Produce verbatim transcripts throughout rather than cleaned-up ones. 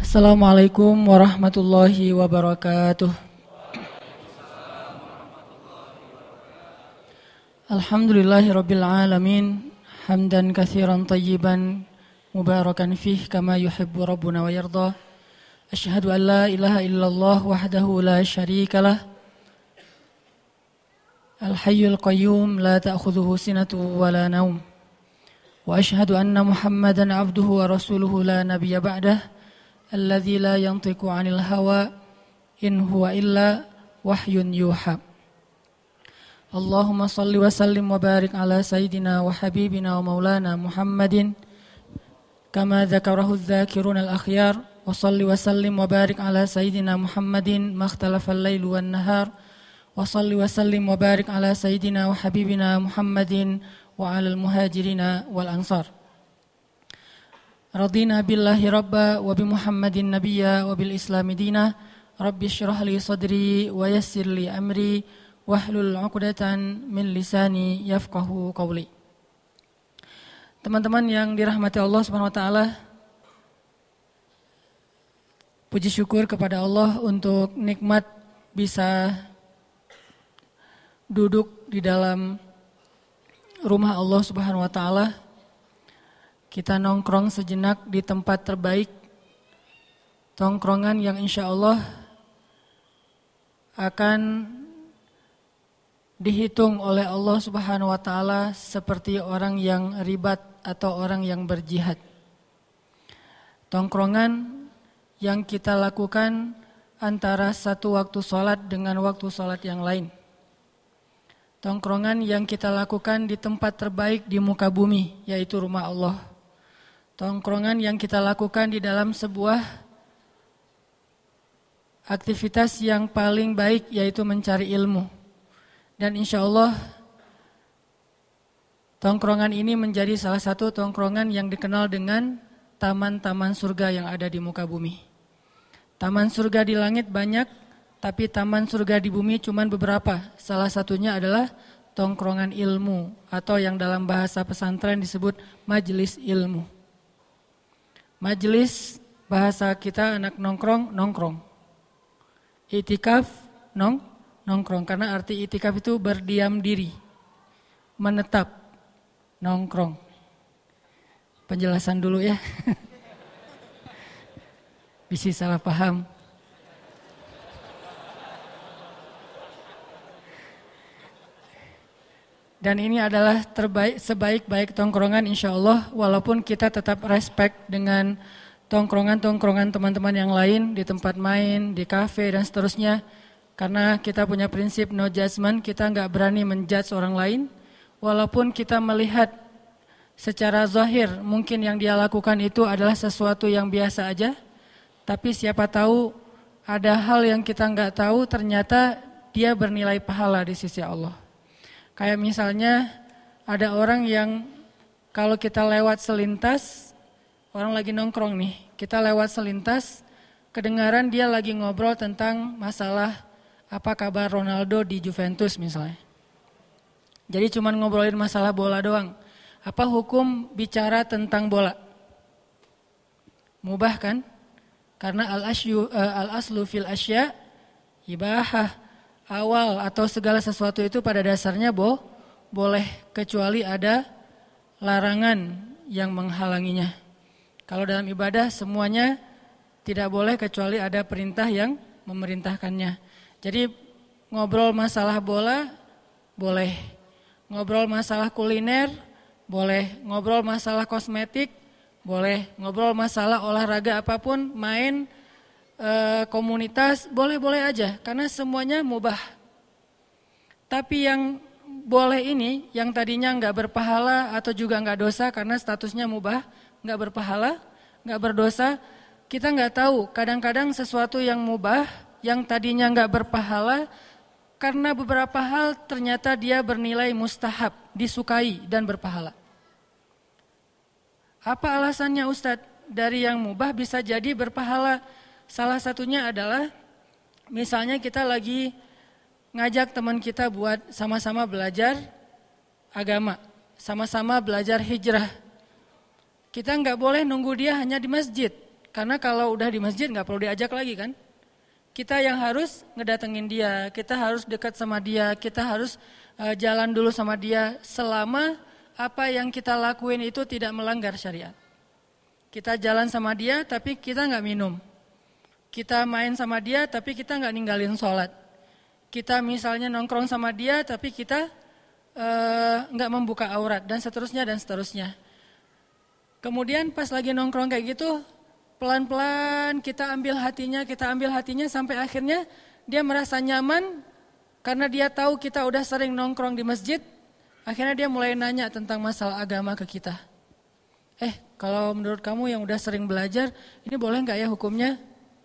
Assalamualaikum warahmatullahi wabarakatuh. Alhamdulillahirabbil alamin, hamdan katsiran tayyiban mubarakan fih kama yuhibbu rabbuna wa yarda. Asyhadu an la ilaha illallah wahdahu la syarikalah. Al-hayyul qayyum la ta'khudhuhu sinatun wa la naum. Wa asyhadu anna Muhammadan 'abduhu wa rasuluhu la nabiyya ba'dah. Alladzi la yantiqu 'anil hawa in huwa illa wahyun yuha. Allahumma salli wa sallim wa barik ala sayyidina wa habibina wa maulana Muhammadin kama dzakarahu adh-dzakiruna al-akhyar wa salli wa sallim wa barik ala sayyidina Muhammadin makhtalafa al-lailu wan nahar wa salli wa sallim wa barik ala sayyidina wa habibina Muhammadin wa ala al-muhajirina wal ansar. Radina billahi rabba wa bi Muhammadin nabiyya wa bil islami dina. Rabbi syrah li sadri wa yassir li amri wahlul 'uqdatan min lisani yafqahu qawli. Teman-teman yang dirahmati Allah Subhanahu wa taala, puji syukur kepada Allah untuk nikmat bisa duduk di dalam rumah Allah Subhanahu wa taala. Kita nongkrong sejenak di tempat terbaik, tongkrongan yang insya Allah akan dihitung oleh Allah Subhanahu wa taala seperti orang yang ribat atau orang yang berjihad. Tongkrongan yang kita lakukan antara satu waktu sholat dengan waktu sholat yang lain. Tongkrongan yang kita lakukan di tempat terbaik di muka bumi, yaitu rumah Allah. Tongkrongan yang kita lakukan di dalam sebuah aktivitas yang paling baik, yaitu mencari ilmu. Dan insya Allah tongkrongan ini menjadi salah satu tongkrongan yang dikenal dengan taman-taman surga yang ada di muka bumi. Taman surga di langit banyak, tapi taman surga di bumi cuma beberapa. Salah satunya adalah tongkrongan ilmu, atau yang dalam bahasa pesantren disebut majelis ilmu. Majelis, bahasa kita anak nongkrong, nongkrong. Itikaf, nong, nongkrong. Karena arti itikaf itu berdiam diri, menetap, nongkrong. Penjelasan dulu ya. Bisa salah paham. Dan ini adalah terbaik, sebaik-baik tongkrongan insya Allah, walaupun kita tetap respect dengan tongkrongan-tongkrongan teman-teman yang lain di tempat main, di kafe dan seterusnya. Karena kita punya prinsip no judgment, kita nggak berani menjudge orang lain. Walaupun kita melihat secara zahir mungkin yang dia lakukan itu adalah sesuatu yang biasa aja. Tapi siapa tahu ada hal yang kita nggak tahu, ternyata dia bernilai pahala di sisi Allah. Kayak misalnya ada orang yang kalau kita lewat selintas, orang lagi nongkrong nih, kita lewat selintas, kedengaran dia lagi ngobrol tentang masalah apa kabar Ronaldo di Juventus misalnya. Jadi cuma ngobrolin masalah bola doang. Apa hukum bicara tentang bola? Mubah kan? Karena al-asyu, uh, al-aslu fil asya ibahah. Awal atau segala sesuatu itu pada dasarnya boh, boleh, kecuali ada larangan yang menghalanginya. Kalau dalam ibadah semuanya tidak boleh kecuali ada perintah yang memerintahkannya. Jadi ngobrol masalah bola boleh, ngobrol masalah kuliner boleh, ngobrol masalah kosmetik boleh, ngobrol masalah olahraga apapun, main E, komunitas, boleh-boleh aja, karena semuanya mubah. Tapi yang boleh ini, yang tadinya nggak berpahala atau juga nggak dosa karena statusnya mubah, nggak berpahala, nggak berdosa, kita nggak tahu. Kadang-kadang sesuatu yang mubah, yang tadinya nggak berpahala, karena beberapa hal ternyata dia bernilai mustahab, disukai dan berpahala. Apa alasannya Ustadz? Dari yang mubah bisa jadi berpahala. Salah satunya adalah misalnya kita lagi ngajak teman kita buat sama-sama belajar agama, sama-sama belajar hijrah. Kita nggak boleh nunggu dia hanya di masjid. Karena kalau udah di masjid nggak perlu diajak lagi kan. Kita yang harus ngedatengin dia, kita harus dekat sama dia, kita harus uh, jalan dulu sama dia selama apa yang kita lakuin itu tidak melanggar syariat. Kita jalan sama dia tapi kita nggak minum. Kita main sama dia tapi kita nggak ninggalin sholat. Kita misalnya nongkrong sama dia tapi kita uh, nggak membuka aurat dan seterusnya dan seterusnya. Kemudian pas lagi nongkrong kayak gitu, pelan-pelan kita ambil hatinya, kita ambil hatinya sampai akhirnya dia merasa nyaman karena dia tahu kita udah sering nongkrong di masjid. Akhirnya dia mulai nanya tentang masalah agama ke kita. Eh, kalau menurut kamu yang udah sering belajar, ini boleh nggak ya hukumnya?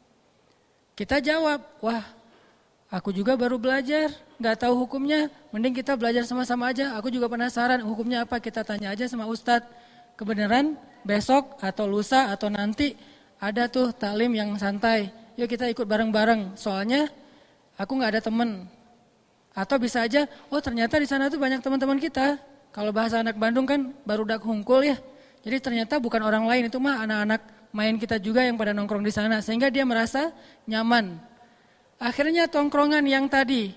Kita jawab, wah aku juga baru belajar, nggak tahu hukumnya. Mending kita belajar sama-sama aja, aku juga penasaran hukumnya apa, kita tanya aja sama Ustadz. Kebenaran besok atau lusa atau nanti ada tuh taklim yang santai, yuk kita ikut bareng-bareng. Soalnya aku nggak ada temen. Atau bisa aja, oh ternyata di sana tuh banyak teman-teman kita. Kalau bahasa anak Bandung kan barudak hungkul ya. Jadi ternyata bukan orang lain, itu mah anak-anak main kita juga yang pada nongkrong di sana. Sehingga dia merasa nyaman. Akhirnya tongkrongan yang tadi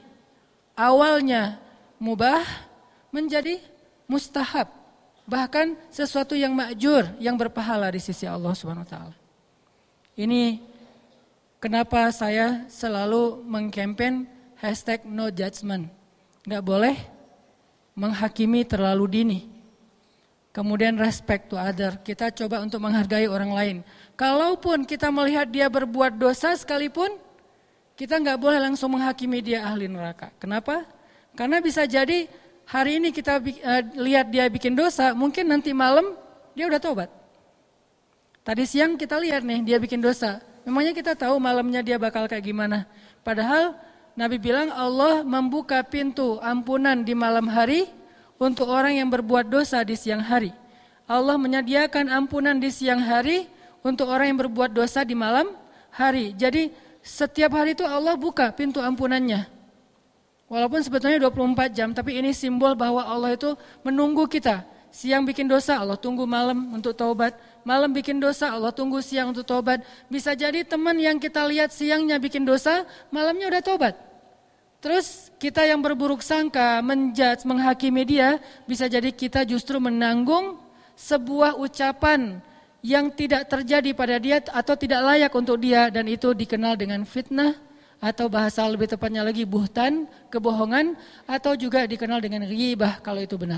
awalnya mubah menjadi mustahab. Bahkan sesuatu yang ma'jur, yang berpahala di sisi Allah subhanahu wa taala. Ini kenapa saya selalu mengkampen hashtag no judgment. Gak boleh menghakimi terlalu dini. Kemudian respect to other. Kita coba untuk menghargai orang lain. Kalaupun kita melihat dia berbuat dosa sekalipun, kita gak boleh langsung menghakimi dia ahli neraka. Kenapa? Karena bisa jadi hari ini kita uh, lihat dia bikin dosa, mungkin nanti malam dia udah tobat. Tadi siang kita lihat nih dia bikin dosa. Memangnya kita tahu malamnya dia bakal kayak gimana. Padahal Nabi bilang Allah membuka pintu ampunan di malam hari untuk orang yang berbuat dosa di siang hari. Allah menyediakan ampunan di siang hari untuk orang yang berbuat dosa di malam hari. Jadi setiap hari itu Allah buka pintu ampunannya. Walaupun sebetulnya dua puluh empat jam, tapi ini simbol bahwa Allah itu menunggu kita. Siang bikin dosa, Allah tunggu malam untuk taubat. Malam bikin dosa, Allah tunggu siang untuk taubat. Bisa jadi teman yang kita lihat siangnya bikin dosa, malamnya udah taubat. Terus kita yang berburuk sangka, menjudge, menghakimi dia, bisa jadi kita justru menanggung sebuah ucapan yang tidak terjadi pada dia atau tidak layak untuk dia, dan itu dikenal dengan fitnah, atau bahasa lebih tepatnya lagi buhtan, kebohongan, atau juga dikenal dengan ghibah kalau itu benar.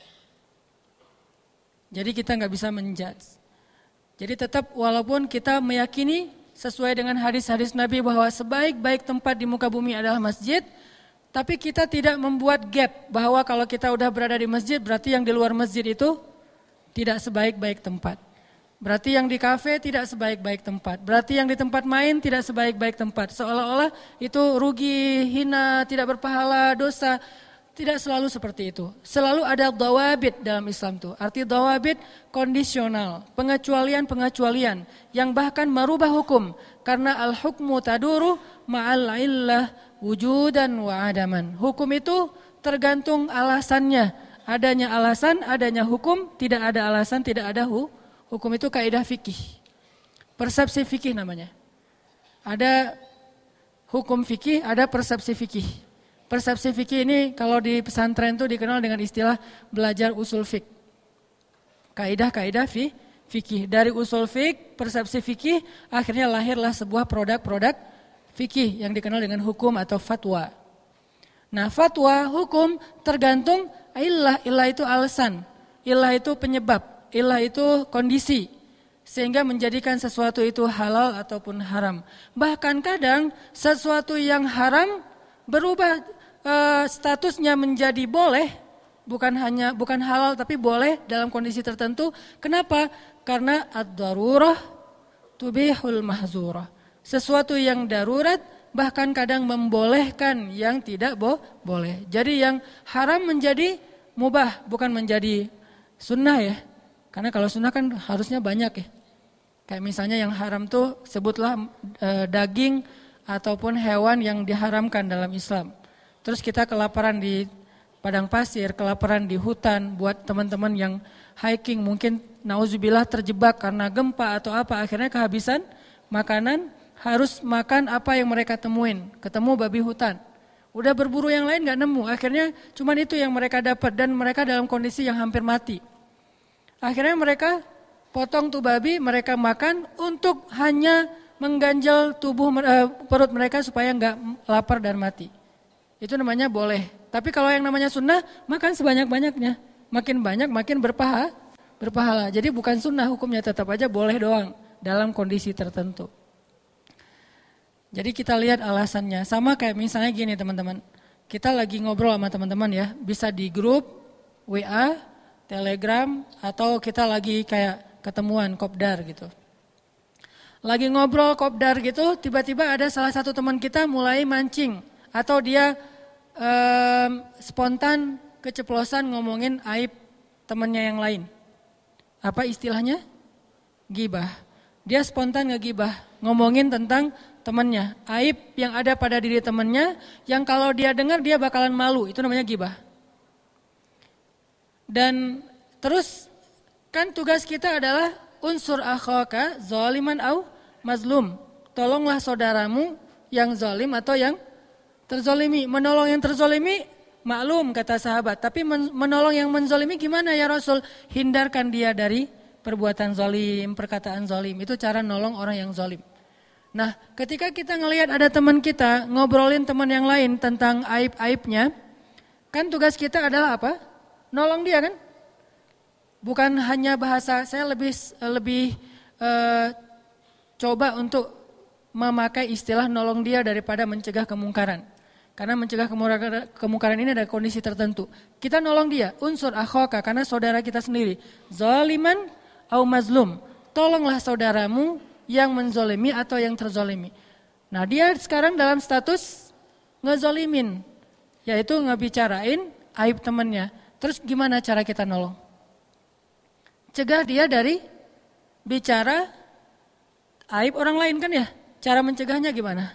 Jadi kita nggak bisa menjudge. Jadi tetap walaupun kita meyakini sesuai dengan hadis-hadis Nabi bahwa sebaik-baik tempat di muka bumi adalah masjid, tapi kita tidak membuat gap bahwa kalau kita udah berada di masjid berarti yang di luar masjid itu tidak sebaik-baik tempat. Berarti yang di kafe tidak sebaik-baik tempat. Berarti yang di tempat main tidak sebaik-baik tempat. Seolah-olah itu rugi, hina, tidak berpahala, dosa. Tidak selalu seperti itu. Selalu ada dawabit dalam Islam itu. Arti dawabit kondisional, pengecualian-pengecualian yang bahkan merubah hukum. Karena al-hukmu taduru ma'al illah wujudan wa adaman. Hukum itu tergantung alasannya. Adanya alasan, adanya hukum, tidak ada alasan, tidak ada hukum. Hukum itu kaidah fikih, persepsi fikih namanya. Ada hukum fikih, ada persepsi fikih. Persepsi fikih ini kalau di pesantren itu dikenal dengan istilah belajar usul fik. Kaidah-kaidah fi, fikih. Dari usul fik, persepsi fikih, akhirnya lahirlah sebuah produk-produk fikih yang dikenal dengan hukum atau fatwa. Nah, fatwa, hukum tergantung illah, illah itu alasan, illah itu penyebab. Ilah itu kondisi sehingga menjadikan sesuatu itu halal ataupun haram. Bahkan kadang sesuatu yang haram berubah e, statusnya menjadi boleh, bukan hanya bukan halal tapi boleh dalam kondisi tertentu. Kenapa? Karena ad-darurah tubihul mahzurah. Sesuatu yang darurat bahkan kadang membolehkan yang tidak bo- boleh. Jadi yang haram menjadi mubah, bukan menjadi sunnah ya. Karena kalau sunnah kan harusnya banyak ya. Kayak misalnya yang haram tuh sebutlah e, daging ataupun hewan yang diharamkan dalam Islam. Terus kita kelaparan di padang pasir, kelaparan di hutan, buat teman-teman yang hiking mungkin nauzubillah terjebak karena gempa atau apa, akhirnya kehabisan makanan, harus makan apa yang mereka temuin, ketemu babi hutan. Udah berburu yang lain gak nemu, akhirnya cuman itu yang mereka dapat dan mereka dalam kondisi yang hampir mati. Akhirnya mereka potong tuh babi, mereka makan untuk hanya mengganjal tubuh uh, perut mereka supaya gak lapar dan mati. Itu namanya boleh. Tapi kalau yang namanya sunnah, makan sebanyak-banyaknya. Makin banyak, makin berpahala. berpahala. Jadi bukan sunnah hukumnya, tetap aja boleh doang dalam kondisi tertentu. Jadi kita lihat alasannya. Sama kayak misalnya gini teman-teman. Kita lagi ngobrol sama teman-teman ya. Bisa di grup, W A, Telegram, atau kita lagi kayak ketemuan, kopdar gitu. Lagi ngobrol kopdar gitu, tiba-tiba ada salah satu teman kita mulai mancing. Atau dia Um, spontan keceplosan ngomongin aib temannya yang lain. Apa istilahnya? Gibah. Dia spontan ngegibah, ngomongin tentang temannya, aib yang ada pada diri temannya, yang kalau dia dengar dia bakalan malu, itu namanya gibah. Dan terus kan tugas kita adalah unsur akhaka zaliman au mazlum. Tolonglah saudaramu yang zalim atau yang terzolimi. Menolong yang terzolimi maklum kata sahabat. Tapi menolong yang menzolimi gimana ya Rasul? Hindarkan dia dari perbuatan zolim, perkataan zolim. Itu cara nolong orang yang zolim. Nah ketika kita ngelihat ada teman kita ngobrolin teman yang lain tentang aib-aibnya. Kan tugas kita adalah apa? Nolong dia kan? Bukan hanya bahasa, saya lebih lebih uh, coba untuk memakai istilah nolong dia daripada mencegah kemungkaran. Karena mencegah kemungkaran ini ada kondisi tertentu. Kita nolong dia, unsur akhaka, karena saudara kita sendiri. Zaliman au mazlum. Tolonglah saudaramu yang menzolimi atau yang terzolimi. Nah dia sekarang dalam status ngezolimin. Yaitu ngebicarain aib temannya. Terus gimana cara kita nolong? Cegah dia dari bicara aib orang lain kan ya? Cara mencegahnya gimana?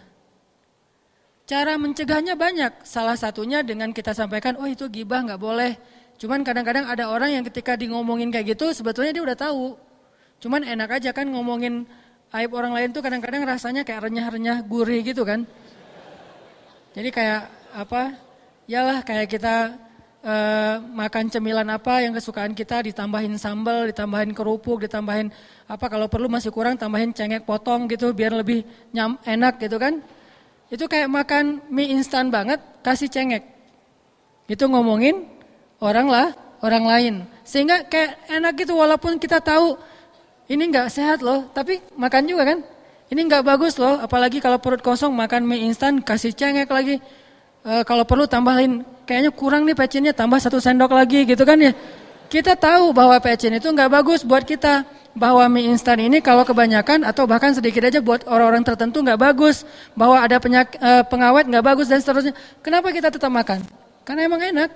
Cara mencegahnya banyak, salah satunya dengan kita sampaikan, oh itu gibah gak boleh. Cuman kadang-kadang ada orang yang ketika di ngomongin kayak gitu, sebetulnya dia udah tahu. Cuman enak aja kan ngomongin aib orang lain tuh kadang-kadang rasanya kayak renyah-renyah gurih gitu kan. Jadi kayak apa, yalah kayak kita uh, makan cemilan apa yang kesukaan kita, ditambahin sambal, ditambahin kerupuk, ditambahin apa kalau perlu masih kurang tambahin cengek potong gitu biar lebih nyam, enak gitu kan. Itu kayak makan mie instan banget, kasih cengek. Itu ngomongin orang lah, orang lain. Sehingga kayak enak gitu walaupun kita tahu ini gak sehat loh, tapi makan juga kan. Ini gak bagus loh, apalagi kalau perut kosong makan mie instan, kasih cengek lagi. E, kalau perlu tambahin, kayaknya kurang nih pecinnya, tambah satu sendok lagi gitu kan ya. Kita tahu bahwa pecin itu gak bagus buat kita. Bahwa mie instan ini kalau kebanyakan atau bahkan sedikit aja buat orang-orang tertentu nggak bagus, bahwa ada penyak, e, pengawet nggak bagus dan seterusnya. Kenapa kita tetap makan? Karena emang enak.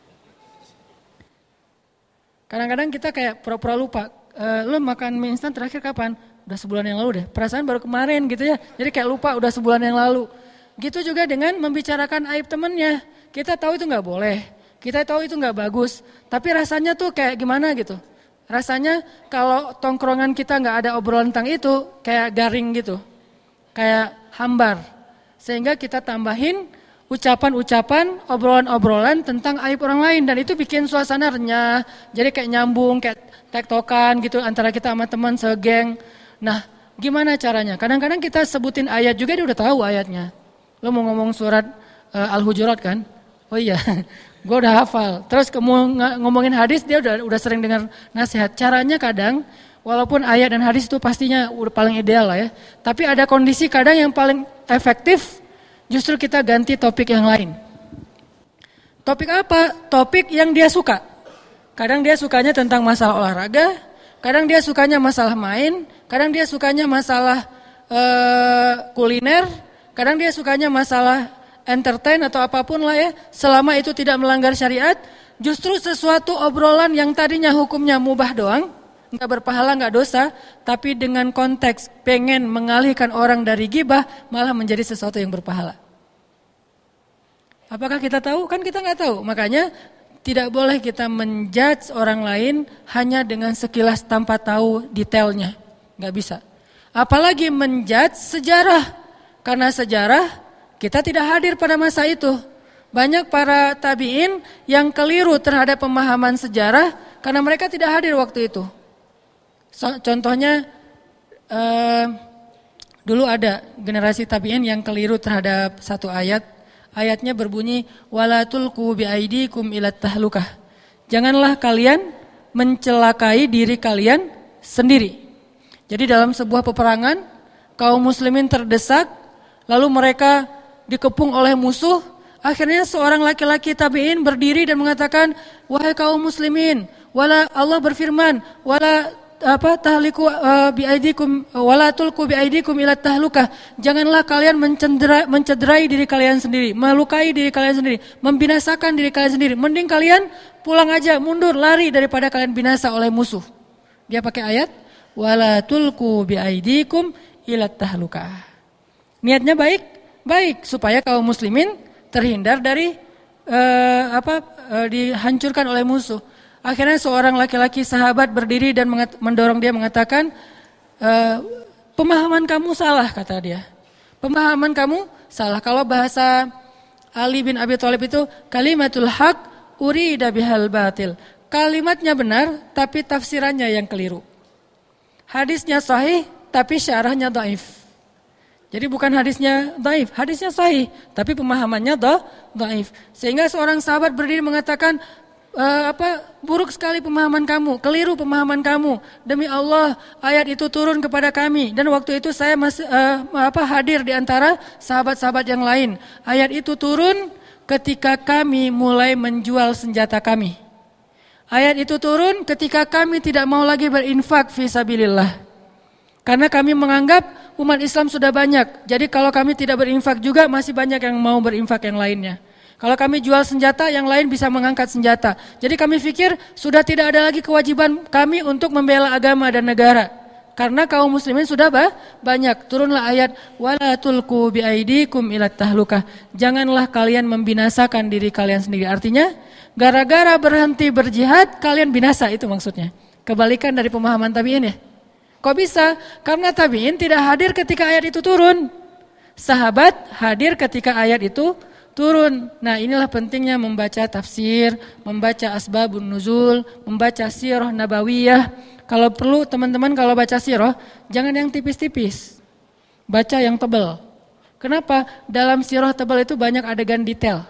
Kadang-kadang kita kayak pura-pura lupa. E, lo makan mie instan terakhir kapan? Udah sebulan yang lalu deh. Perasaan baru kemarin gitu ya. Jadi kayak lupa udah sebulan yang lalu. Gitu juga dengan membicarakan aib temennya. Kita tahu itu nggak boleh. Kita tahu itu nggak bagus. Tapi rasanya tuh kayak gimana gitu. Rasanya kalau tongkrongan kita nggak ada obrolan tentang itu, kayak garing gitu, kayak hambar. Sehingga kita tambahin ucapan-ucapan, obrolan-obrolan tentang aib orang lain. Dan itu bikin suasana renyah, jadi kayak nyambung, kayak tektokan gitu antara kita sama teman segeng. Nah gimana caranya? Kadang-kadang kita sebutin ayat juga dia udah tahu ayatnya. Lo mau ngomong surat uh, Al-Hujurat kan? Oh iya. Gue udah hafal. Terus ngomongin hadis dia udah udah sering dengar nasihat. Caranya kadang walaupun ayat dan hadis itu pastinya udah paling ideal lah ya. Tapi ada kondisi kadang yang paling efektif justru kita ganti topik yang lain. Topik apa? Topik yang dia suka. Kadang dia sukanya tentang masalah olahraga, kadang dia sukanya masalah main, kadang dia sukanya masalah uh, kuliner, kadang dia sukanya masalah entertain atau apapun lah ya, selama itu tidak melanggar syariat, justru sesuatu obrolan yang tadinya hukumnya mubah doang, nggak berpahala, nggak dosa, tapi dengan konteks pengen mengalihkan orang dari gibah, malah menjadi sesuatu yang berpahala. Apakah kita tahu? Kan kita nggak tahu. Makanya tidak boleh kita menjudge orang lain hanya dengan sekilas tanpa tahu detailnya. Nggak bisa. Apalagi menjudge sejarah. Karena sejarah kita tidak hadir pada masa itu. Banyak para tabi'in yang keliru terhadap pemahaman sejarah karena mereka tidak hadir waktu itu. So, contohnya eh, dulu ada generasi tabi'in yang keliru terhadap satu ayat. Ayatnya berbunyi wala tulqu biaidikum ilat tahlukah. Janganlah kalian mencelakai diri kalian sendiri. Jadi dalam sebuah peperangan kaum muslimin terdesak, lalu mereka dikepung oleh musuh. Akhirnya seorang laki-laki tabi'in berdiri dan mengatakan, wahai kaum muslimin, wala Allah berfirman, wala apa tahliku uh, biaidikum wala tulqu biaidikum ila tahlukah. Janganlah kalian mencederai, mencederai diri kalian sendiri, melukai diri kalian sendiri, membinasakan diri kalian sendiri. Mending kalian pulang aja, mundur, lari daripada kalian binasa oleh musuh. Dia pakai ayat wala tulqu biaidikum ila tahlukah. Niatnya baik, baik supaya kaum muslimin terhindar dari uh, apa uh, dihancurkan oleh musuh. Akhirnya seorang laki-laki sahabat berdiri dan mendorong dia mengatakan, e, pemahaman kamu salah, kata dia. Pemahaman kamu salah. Kalau bahasa Ali bin Abi Thalib itu kalimatul haq urida bihal batil. Kalimatnya benar tapi tafsirannya yang keliru. Hadisnya sahih tapi syarahnya dhaif. Jadi bukan hadisnya dhaif, hadisnya sahih tapi pemahamannya dhaif. Sehingga seorang sahabat berdiri mengatakan, Uh, apa buruk sekali pemahaman kamu, keliru pemahaman kamu. Demi Allah, ayat itu turun kepada kami dan waktu itu saya masih uh, apa hadir di antara sahabat-sahabat yang lain. Ayat itu turun ketika kami mulai menjual senjata kami. Ayat itu turun ketika kami tidak mau lagi berinfak fi sabilillah. Karena kami menganggap umat Islam sudah banyak. Jadi kalau kami tidak berinfak juga masih banyak yang mau berinfak yang lainnya. Kalau kami jual senjata, yang lain bisa mengangkat senjata. Jadi kami pikir sudah tidak ada lagi kewajiban kami untuk membela agama dan negara. Karena kaum muslimin sudah bah, banyak. Turunlah ayat wala tulqu biaidikum ilat tahlukah. Janganlah kalian membinasakan diri kalian sendiri. Artinya, gara-gara berhenti berjihad, kalian binasa, itu maksudnya. Kebalikan dari pemahaman tabi'in ya. Kok bisa? Karena tabi'in tidak hadir ketika ayat itu turun. Sahabat hadir ketika ayat itu turun. Nah, inilah pentingnya membaca tafsir, membaca asbabun nuzul, membaca sirah nabawiyah. Kalau perlu teman-teman kalau baca sirah, jangan yang tipis-tipis. Baca yang tebal. Kenapa? Dalam sirah tebal itu banyak adegan detail.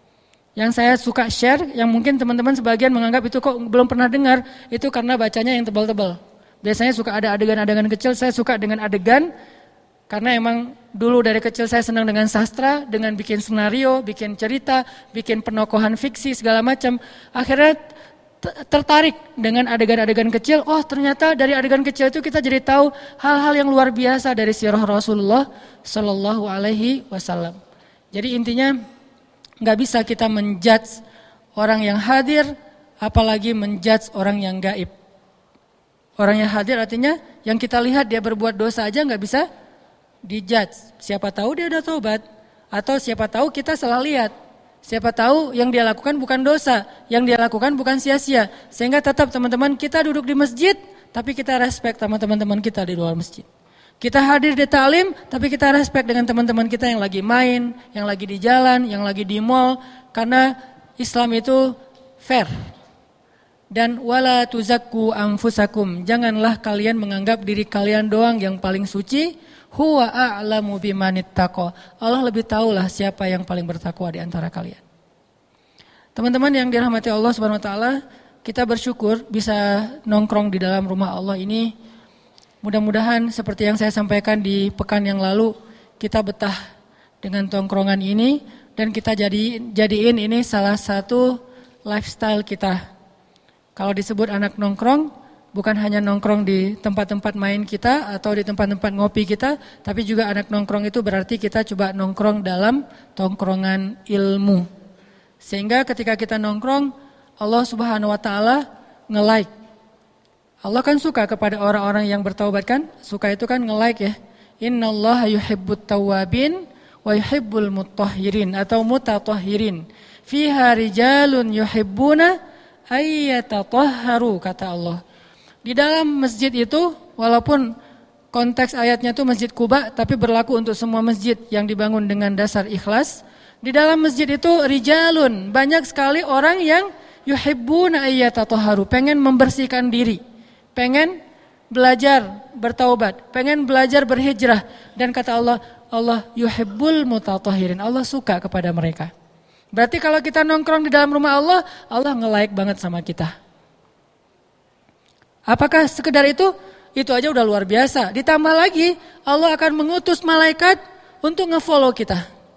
Yang saya suka share, yang mungkin teman-teman sebagian menganggap itu kok belum pernah dengar, itu karena bacanya yang tebal-tebal. Biasanya suka ada adegan-adegan kecil, saya suka dengan adegan karena emang dulu dari kecil saya senang dengan sastra, dengan bikin skenario, bikin cerita, bikin penokohan fiksi segala macam. Akhirnya tertarik dengan adegan-adegan kecil. Oh, ternyata dari adegan kecil itu kita jadi tahu hal-hal yang luar biasa dari sirah Rasulullah Sallallahu Alaihi Wasallam. Jadi intinya nggak bisa kita menjudge orang yang hadir, apalagi menjudge orang yang gaib. Orang yang hadir artinya yang kita lihat dia berbuat dosa aja nggak bisa dijudge. Siapa tahu dia udah tobat, atau siapa tahu kita salah lihat. Siapa tahu yang dia lakukan bukan dosa, yang dia lakukan bukan sia-sia. Sehingga tetap teman-teman kita duduk di masjid, tapi kita respect sama teman-teman kita di luar masjid. Kita hadir di ta'lim, tapi kita respect dengan teman-teman kita yang lagi main, yang lagi di jalan, yang lagi di mall. Karena Islam itu fair. Dan wala tuzakku anfusakum, janganlah kalian menganggap diri kalian doang yang paling suci. Huwa a'lamu bimanittaqa. Allah lebih tahulah siapa yang paling bertakwa di antara kalian. Teman-teman yang dirahmati Allah Subhanahu wa taala, kita bersyukur bisa nongkrong di dalam rumah Allah ini. Mudah-mudahan seperti yang saya sampaikan di pekan yang lalu, kita betah dengan tongkrongan ini dan kita jadi jadiin ini salah satu lifestyle kita. Kalau disebut anak nongkrong, bukan hanya nongkrong di tempat-tempat main kita atau di tempat-tempat ngopi kita, tapi juga anak nongkrong itu berarti kita coba nongkrong dalam tongkrongan ilmu. Sehingga ketika kita nongkrong, Allah Subhanahu wa taala nge-like. Allah kan suka kepada orang-orang yang bertaubat kan? Suka itu kan nge-like ya. Innallaha yuhibbut tawwabin wa yuhibbul mutahhirin atau mutatahhirin. Fiha rijalun yuhibbuna ayyatatahharu, kata Allah. Di dalam masjid itu, walaupun konteks ayatnya itu Masjid Quba, tapi berlaku untuk semua masjid yang dibangun dengan dasar ikhlas. Di dalam masjid itu rijalun, banyak sekali orang yang yuhibbuna ayyatatahharu, pengen membersihkan diri, pengen belajar bertaubat, pengen belajar berhijrah. Dan kata Allah, Allah yuhibbul mutatahhirin, Allah suka kepada mereka. Berarti kalau kita nongkrong di dalam rumah Allah, Allah nge-like banget sama kita. Apakah sekedar itu? Itu aja udah luar biasa. Ditambah lagi, Allah akan mengutus malaikat untuk nge-follow kita.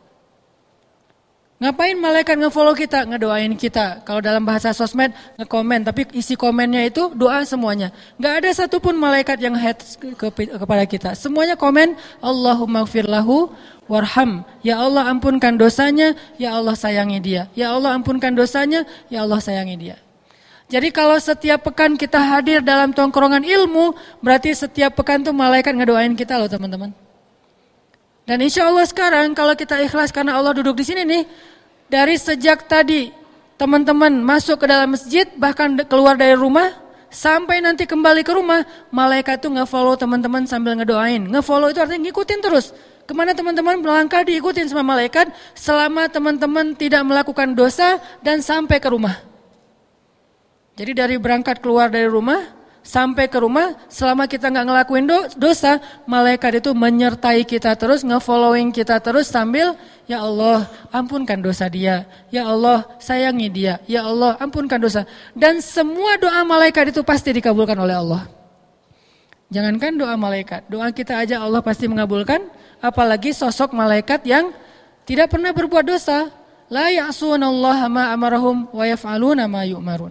Ngapain malaikat nge-follow kita? Ngedoain kita. Kalau dalam bahasa sosmed, nge-komen. Tapi isi komennya itu doa semuanya. Gak ada satupun malaikat yang hate ke- kepada kita. Semuanya komen, Allahumma gfir lahu warham. Ya Allah ampunkan dosanya, ya Allah sayangi dia. Ya Allah ampunkan dosanya, ya Allah sayangi dia. Jadi kalau setiap pekan kita hadir dalam tongkrongan ilmu, berarti setiap pekan tuh malaikat ngedoain kita loh teman-teman. Dan insya Allah sekarang kalau kita ikhlas karena Allah duduk di sini nih, dari sejak tadi teman-teman masuk ke dalam masjid, bahkan keluar dari rumah, sampai nanti kembali ke rumah, malaikat tuh nge-follow teman-teman sambil ngedoain. Nge-follow itu artinya ngikutin terus. Kemana teman-teman melangkah diikutin sama malaikat, selama teman-teman tidak melakukan dosa dan sampai ke rumah. Jadi dari berangkat keluar dari rumah sampai ke rumah, selama kita nggak ngelakuin dosa, malaikat itu menyertai kita terus, nge-following kita terus sambil, ya Allah ampunkan dosa dia, ya Allah sayangi dia, ya Allah ampunkan dosa. Dan semua doa malaikat itu pasti dikabulkan oleh Allah. Jangankan doa malaikat, doa kita aja Allah pasti mengabulkan, apalagi sosok malaikat yang tidak pernah berbuat dosa. La ya'sunallaha ma amarahum wa yaf'aluna ma yu'marun.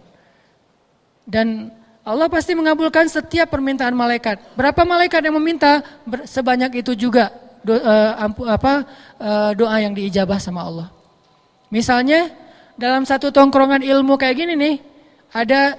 Dan Allah pasti mengabulkan setiap permintaan malaikat. Berapa malaikat yang meminta, sebanyak itu juga do, uh, ampu, apa, uh, doa yang diijabah sama Allah. Misalnya dalam satu tongkrongan ilmu kayak gini nih, ada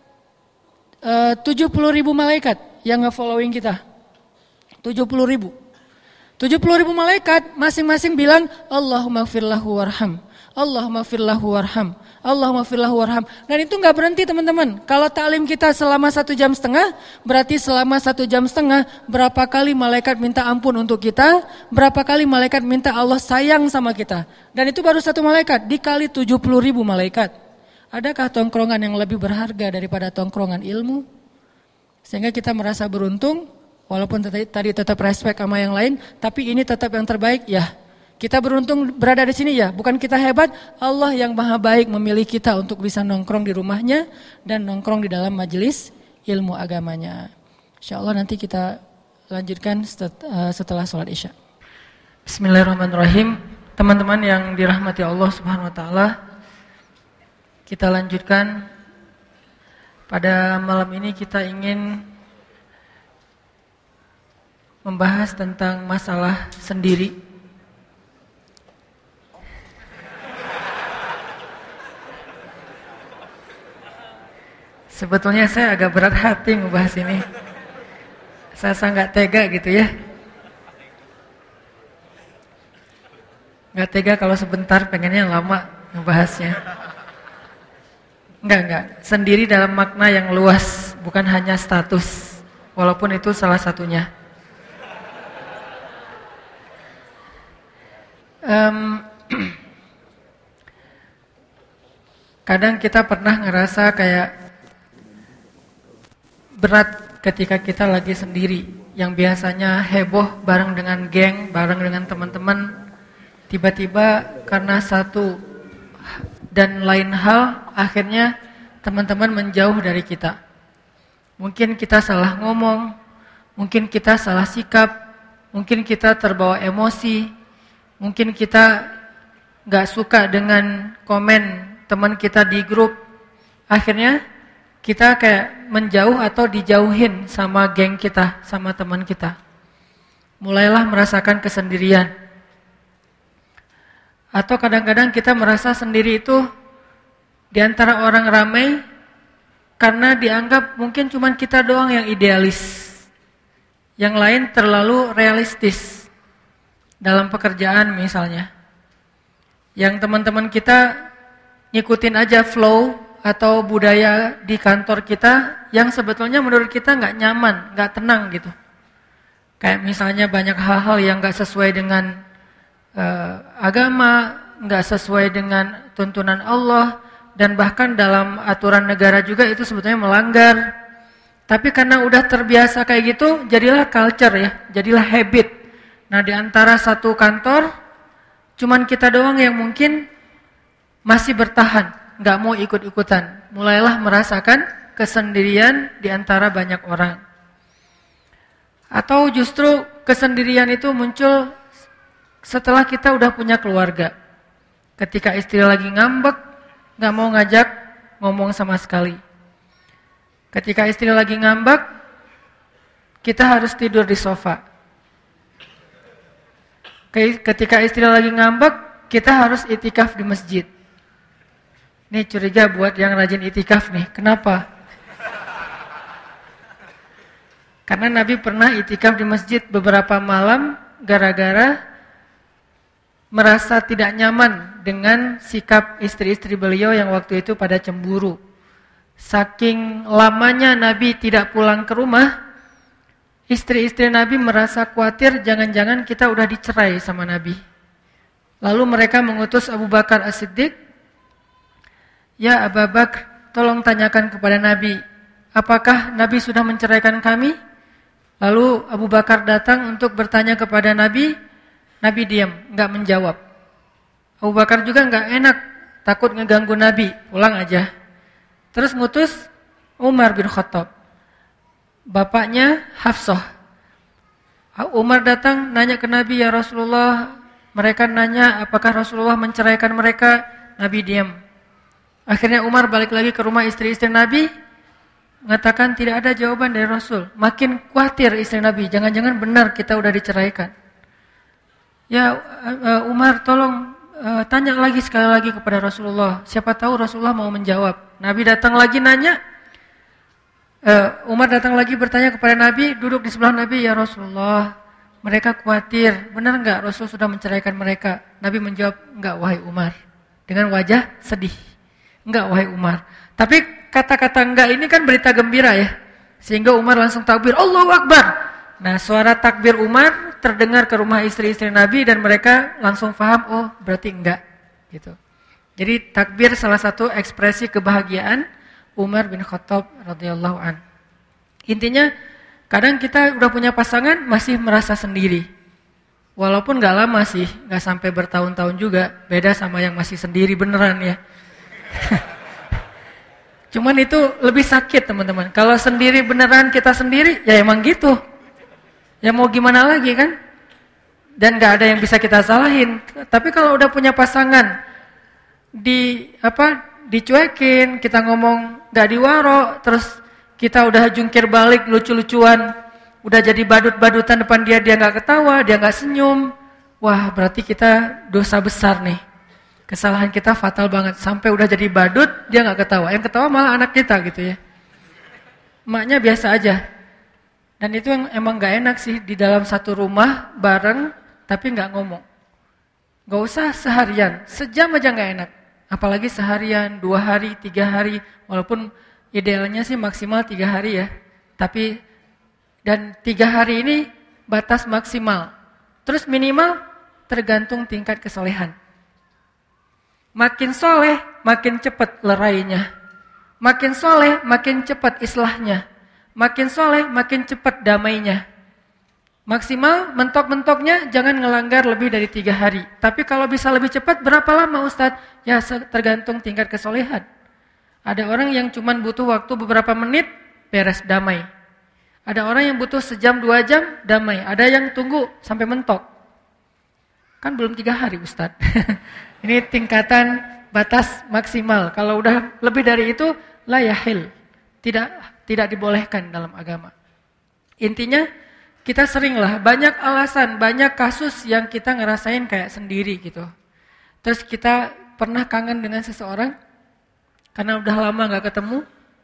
uh, tujuh puluh ribu malaikat yang nge-following kita. tujuh puluh ribu. tujuh puluh ribu malaikat masing-masing bilang, Allahumma gfir lahu warham. Allahumma gfir lahu warham. Allahumma gfir lahu warham. Dan itu gak berhenti teman-teman. Kalau taklim kita selama satu jam setengah, berarti selama satu jam setengah, berapa kali malaikat minta ampun untuk kita, berapa kali malaikat minta Allah sayang sama kita. Dan itu baru satu malaikat, dikali tujuh puluh ribu malaikat. Adakah tongkrongan yang lebih berharga daripada tongkrongan ilmu? Sehingga kita merasa beruntung, walaupun tadi tetap respect sama yang lain, tapi ini tetap yang terbaik ya. Kita beruntung berada di sini ya, bukan kita hebat, Allah yang maha baik memilih kita untuk bisa nongkrong di rumahnya dan nongkrong di dalam majelis ilmu agamanya. Insyaallah nanti kita lanjutkan setelah sholat isya. Bismillahirrahmanirrahim. Teman-teman yang dirahmati Allah Subhanahu wa taala, kita lanjutkan. Pada malam ini kita ingin membahas tentang masalah sendiri. Sebetulnya saya agak berat hati membahas ini. Saya sangat tega gitu ya. Gak tega kalau sebentar, pengennya lama membahasnya. Enggak, enggak. Sendiri dalam makna yang luas, bukan hanya status. Walaupun itu salah satunya. Um, kadang kita pernah ngerasa kayak berat ketika kita lagi sendiri, yang biasanya heboh bareng dengan geng, bareng dengan teman-teman, tiba-tiba karena satu dan lain hal, akhirnya teman-teman menjauh dari kita. Mungkin kita salah ngomong, mungkin kita salah sikap, mungkin kita terbawa emosi, mungkin kita gak suka dengan komen teman kita di grup, akhirnya kita kayak menjauh atau dijauhin sama geng kita, sama teman kita. Mulailah merasakan kesendirian. Atau kadang-kadang kita merasa sendiri itu di antara orang ramai karena dianggap mungkin cuma kita doang yang idealis. Yang lain terlalu realistis. dalam pekerjaan misalnya. Yang teman-teman kita ngikutin aja flow atau budaya di kantor kita yang sebetulnya menurut kita nggak nyaman, nggak tenang gitu. Kayak misalnya banyak hal-hal yang nggak sesuai dengan uh, agama, nggak sesuai dengan tuntunan Allah, dan bahkan dalam aturan negara juga itu sebetulnya melanggar. Tapi karena udah terbiasa kayak gitu, jadilah culture ya, jadilah habit. Nah di antara satu kantor, cuman kita doang yang mungkin masih bertahan, nggak mau ikut-ikutan. Mulailah merasakan kesendirian di antara banyak orang. Atau justru kesendirian itu muncul setelah kita udah punya keluarga. Ketika istri lagi ngambek, nggak mau ngajak ngomong sama sekali. Ketika istri lagi ngambek, kita harus tidur di sofa. Ketika istri lagi ngambek, kita harus itikaf di masjid. Nih curiga buat yang rajin itikaf nih. Kenapa? Karena Nabi pernah itikaf di masjid beberapa malam gara-gara merasa tidak nyaman dengan sikap istri-istri beliau yang waktu itu pada cemburu. Saking lamanya Nabi tidak pulang ke rumah, istri-istri Nabi merasa khawatir jangan-jangan kita udah dicerai sama Nabi. Lalu mereka mengutus Abu Bakar As-Siddiq, "Ya Abu Bakar, tolong tanyakan kepada Nabi, apakah Nabi sudah menceraikan kami?" Lalu Abu Bakar datang untuk bertanya kepada Nabi, Nabi diam, enggak menjawab. Abu Bakar juga enggak enak, takut ngeganggu Nabi, pulang aja. Terus ngutus Umar bin Khattab, bapaknya Hafsah. Umar datang nanya ke Nabi, "Ya Rasulullah," mereka nanya apakah Rasulullah menceraikan mereka. Nabi diam. Akhirnya Umar balik lagi ke rumah istri-istri Nabi, mengatakan tidak ada jawaban dari Rasul. Makin khawatir istri Nabi, jangan-jangan benar kita udah diceraikan. "Ya uh, Umar, tolong uh, tanya lagi sekali lagi kepada Rasulullah. Siapa tahu Rasulullah mau menjawab." Nabi datang lagi nanya. Uh, Umar datang lagi bertanya kepada Nabi, duduk di sebelah Nabi, "Ya Rasulullah, mereka khawatir, benar enggak Rasul sudah menceraikan mereka?" Nabi menjawab, "Enggak wahai Umar." Dengan wajah sedih. "Enggak wahai Umar." Tapi kata-kata enggak ini kan berita gembira ya. Sehingga Umar langsung takbir, "Allahu Akbar." Nah, suara takbir Umar terdengar ke rumah istri-istri Nabi dan mereka langsung paham, oh berarti enggak gitu. Jadi takbir salah satu ekspresi kebahagiaan Umar bin Khattab radhiyallahu an. Intinya kadang kita udah punya pasangan masih merasa sendiri. Walaupun enggak lama sih, enggak sampai bertahun-tahun juga, beda sama yang masih sendiri beneran ya. Cuman itu lebih sakit teman-teman. Kalau sendiri beneran kita sendiri, ya emang gitu. Ya mau gimana lagi kan? Dan gak ada yang bisa kita salahin. Tapi kalau udah punya pasangan, di apa dicuekin, kita ngomong gak diwaro, terus kita udah jungkir balik lucu-lucuan, udah jadi badut-badutan depan dia, dia gak ketawa, dia gak senyum. Wah berarti kita dosa besar nih. Kesalahan kita fatal banget. Sampai udah jadi badut, dia gak ketawa. Yang ketawa malah anak kita gitu ya. Emaknya biasa aja. Dan itu yang emang gak enak sih. Di dalam satu rumah, bareng, tapi gak ngomong. Gak usah seharian. Sejam aja gak enak. Apalagi seharian, dua hari, tiga hari. Walaupun idealnya sih maksimal tiga hari ya. Tapi, dan tiga hari ini batas maksimal. Terus minimal tergantung tingkat kesolehan. Makin soleh, makin cepat lerainya. Makin soleh, makin cepat islahnya. Makin soleh, makin cepat damainya. Maksimal mentok-mentoknya jangan ngelanggar lebih dari tiga hari. Tapi kalau bisa lebih cepat, berapa lama Ustadz? Ya tergantung tingkat kesolehan. Ada orang yang cuma butuh waktu beberapa menit, beres damai. Ada orang yang butuh sejam, dua jam, damai. Ada yang tunggu sampai mentok. Kan belum tiga hari Ustadz. Ini tingkatan batas maksimal. Kalau udah lebih dari itu, la yahil. Tidak tidak dibolehkan dalam agama. Intinya, kita seringlah banyak alasan, banyak kasus yang kita ngerasain kayak sendiri gitu. Terus kita pernah kangen dengan seseorang, karena udah lama gak ketemu.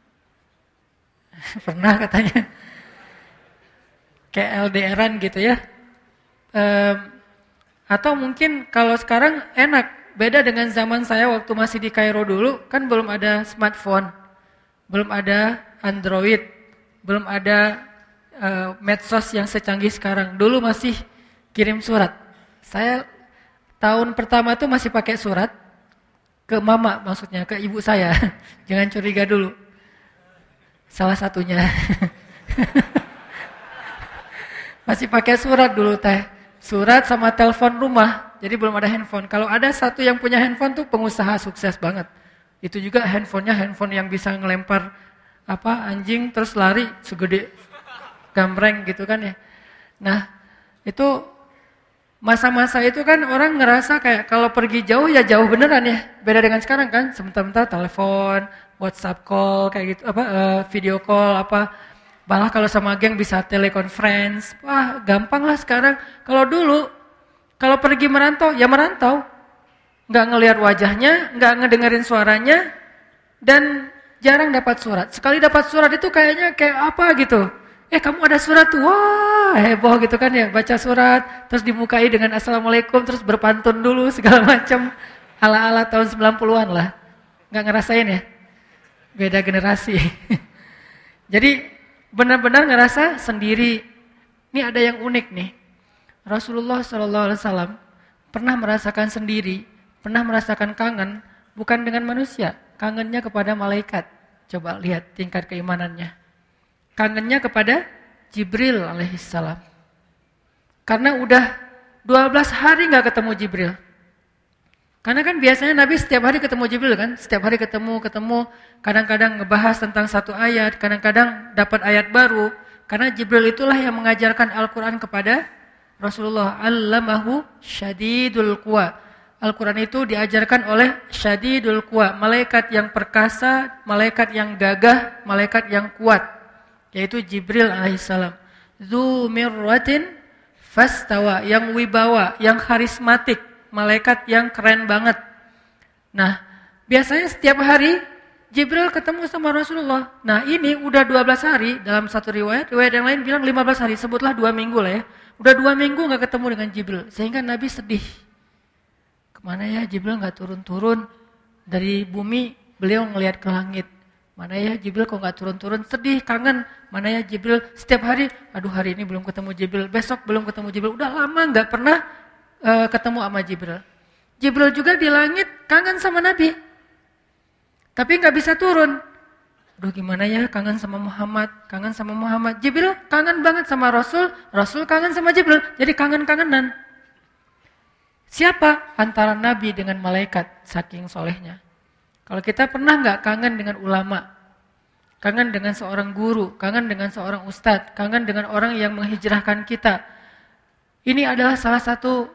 Pernah katanya. Kayak L D R-an gitu ya. Ehm, Atau mungkin kalau sekarang enak, beda dengan zaman saya waktu masih di Kairo dulu, kan belum ada smartphone, belum ada Android, belum ada uh, medsos yang secanggih sekarang. Dulu masih kirim surat. Saya tahun pertama tuh masih pakai surat ke mama, maksudnya ke ibu saya. Jangan curiga dulu. Salah satunya. Masih pakai surat dulu teh. Surat sama telepon rumah. Jadi belum ada handphone. Kalau ada satu yang punya handphone tuh pengusaha sukses banget. Itu juga handphonenya handphone yang bisa ngelempar apa anjing terus lari segede gambreng gitu kan ya. Nah, itu masa-masa itu kan orang ngerasa kayak kalau pergi jauh ya jauh beneran ya. Beda dengan sekarang kan, sebentar-bentar telepon, WhatsApp call kayak gitu, apa uh, video call apa. Malah kalau sama geng bisa teleconference. Wah, gampang lah sekarang. Kalau dulu kalau pergi merantau ya merantau. Enggak ngelihat wajahnya, enggak ngedengerin suaranya dan jarang dapat surat. Sekali dapat surat itu kayaknya kayak apa gitu. Eh kamu ada surat tuh, wah heboh gitu kan ya. Baca surat, terus dimukai dengan assalamualaikum, terus berpantun dulu segala macam. Ala-ala tahun sembilan puluhan lah. Nggak ngerasain ya? Beda generasi. Jadi benar-benar ngerasa sendiri. Ini ada yang unik nih. Rasulullah shallallahu alaihi wasallam pernah merasakan sendiri, pernah merasakan kangen, bukan dengan manusia. Kangennya kepada malaikat. Coba lihat tingkat keimanannya. Kangennya kepada Jibril alaihissalam. Karena udah dua belas hari gak ketemu Jibril. Karena kan biasanya Nabi setiap hari ketemu Jibril kan. Setiap hari ketemu, ketemu. Kadang-kadang ngebahas tentang satu ayat. Kadang-kadang dapat ayat baru. Karena Jibril itulah yang mengajarkan Al-Quran kepada Rasulullah. Allamahu syadidul quwa. Al-Quran itu diajarkan oleh syadidul quwa. Malaikat yang perkasa, malaikat yang gagah, malaikat yang kuat. Yaitu Jibril alaihissalam. Dzu mirratin fastawa, yang wibawa, yang karismatik, malaikat yang keren banget. Nah, biasanya setiap hari Jibril ketemu sama Rasulullah. Nah, ini udah dua belas hari dalam satu riwayat, riwayat yang lain bilang lima belas hari, sebutlah dua minggu lah ya. Udah dua minggu gak ketemu dengan Jibril, sehingga Nabi sedih. Kemana ya Jibril gak turun-turun dari bumi, beliau ngelihat ke langit. Mana ya Jibril kok gak turun-turun, sedih, kangen. Mana ya Jibril, setiap hari, aduh hari ini belum ketemu Jibril, besok belum ketemu Jibril. Udah lama gak pernah uh, ketemu sama Jibril. Jibril juga di langit kangen sama Nabi. Tapi gak bisa turun. Aduh gimana ya, kangen sama Muhammad, kangen sama Muhammad. Jibril kangen banget sama Rasul, Rasul kangen sama Jibril. Jadi kangen-kangenan. Siapa antara Nabi dengan malaikat saking solehnya? Kalau kita pernah gak kangen dengan ulama, kangen dengan seorang guru, kangen dengan seorang ustadz, kangen dengan orang yang menghijrahkan kita. Ini adalah salah satu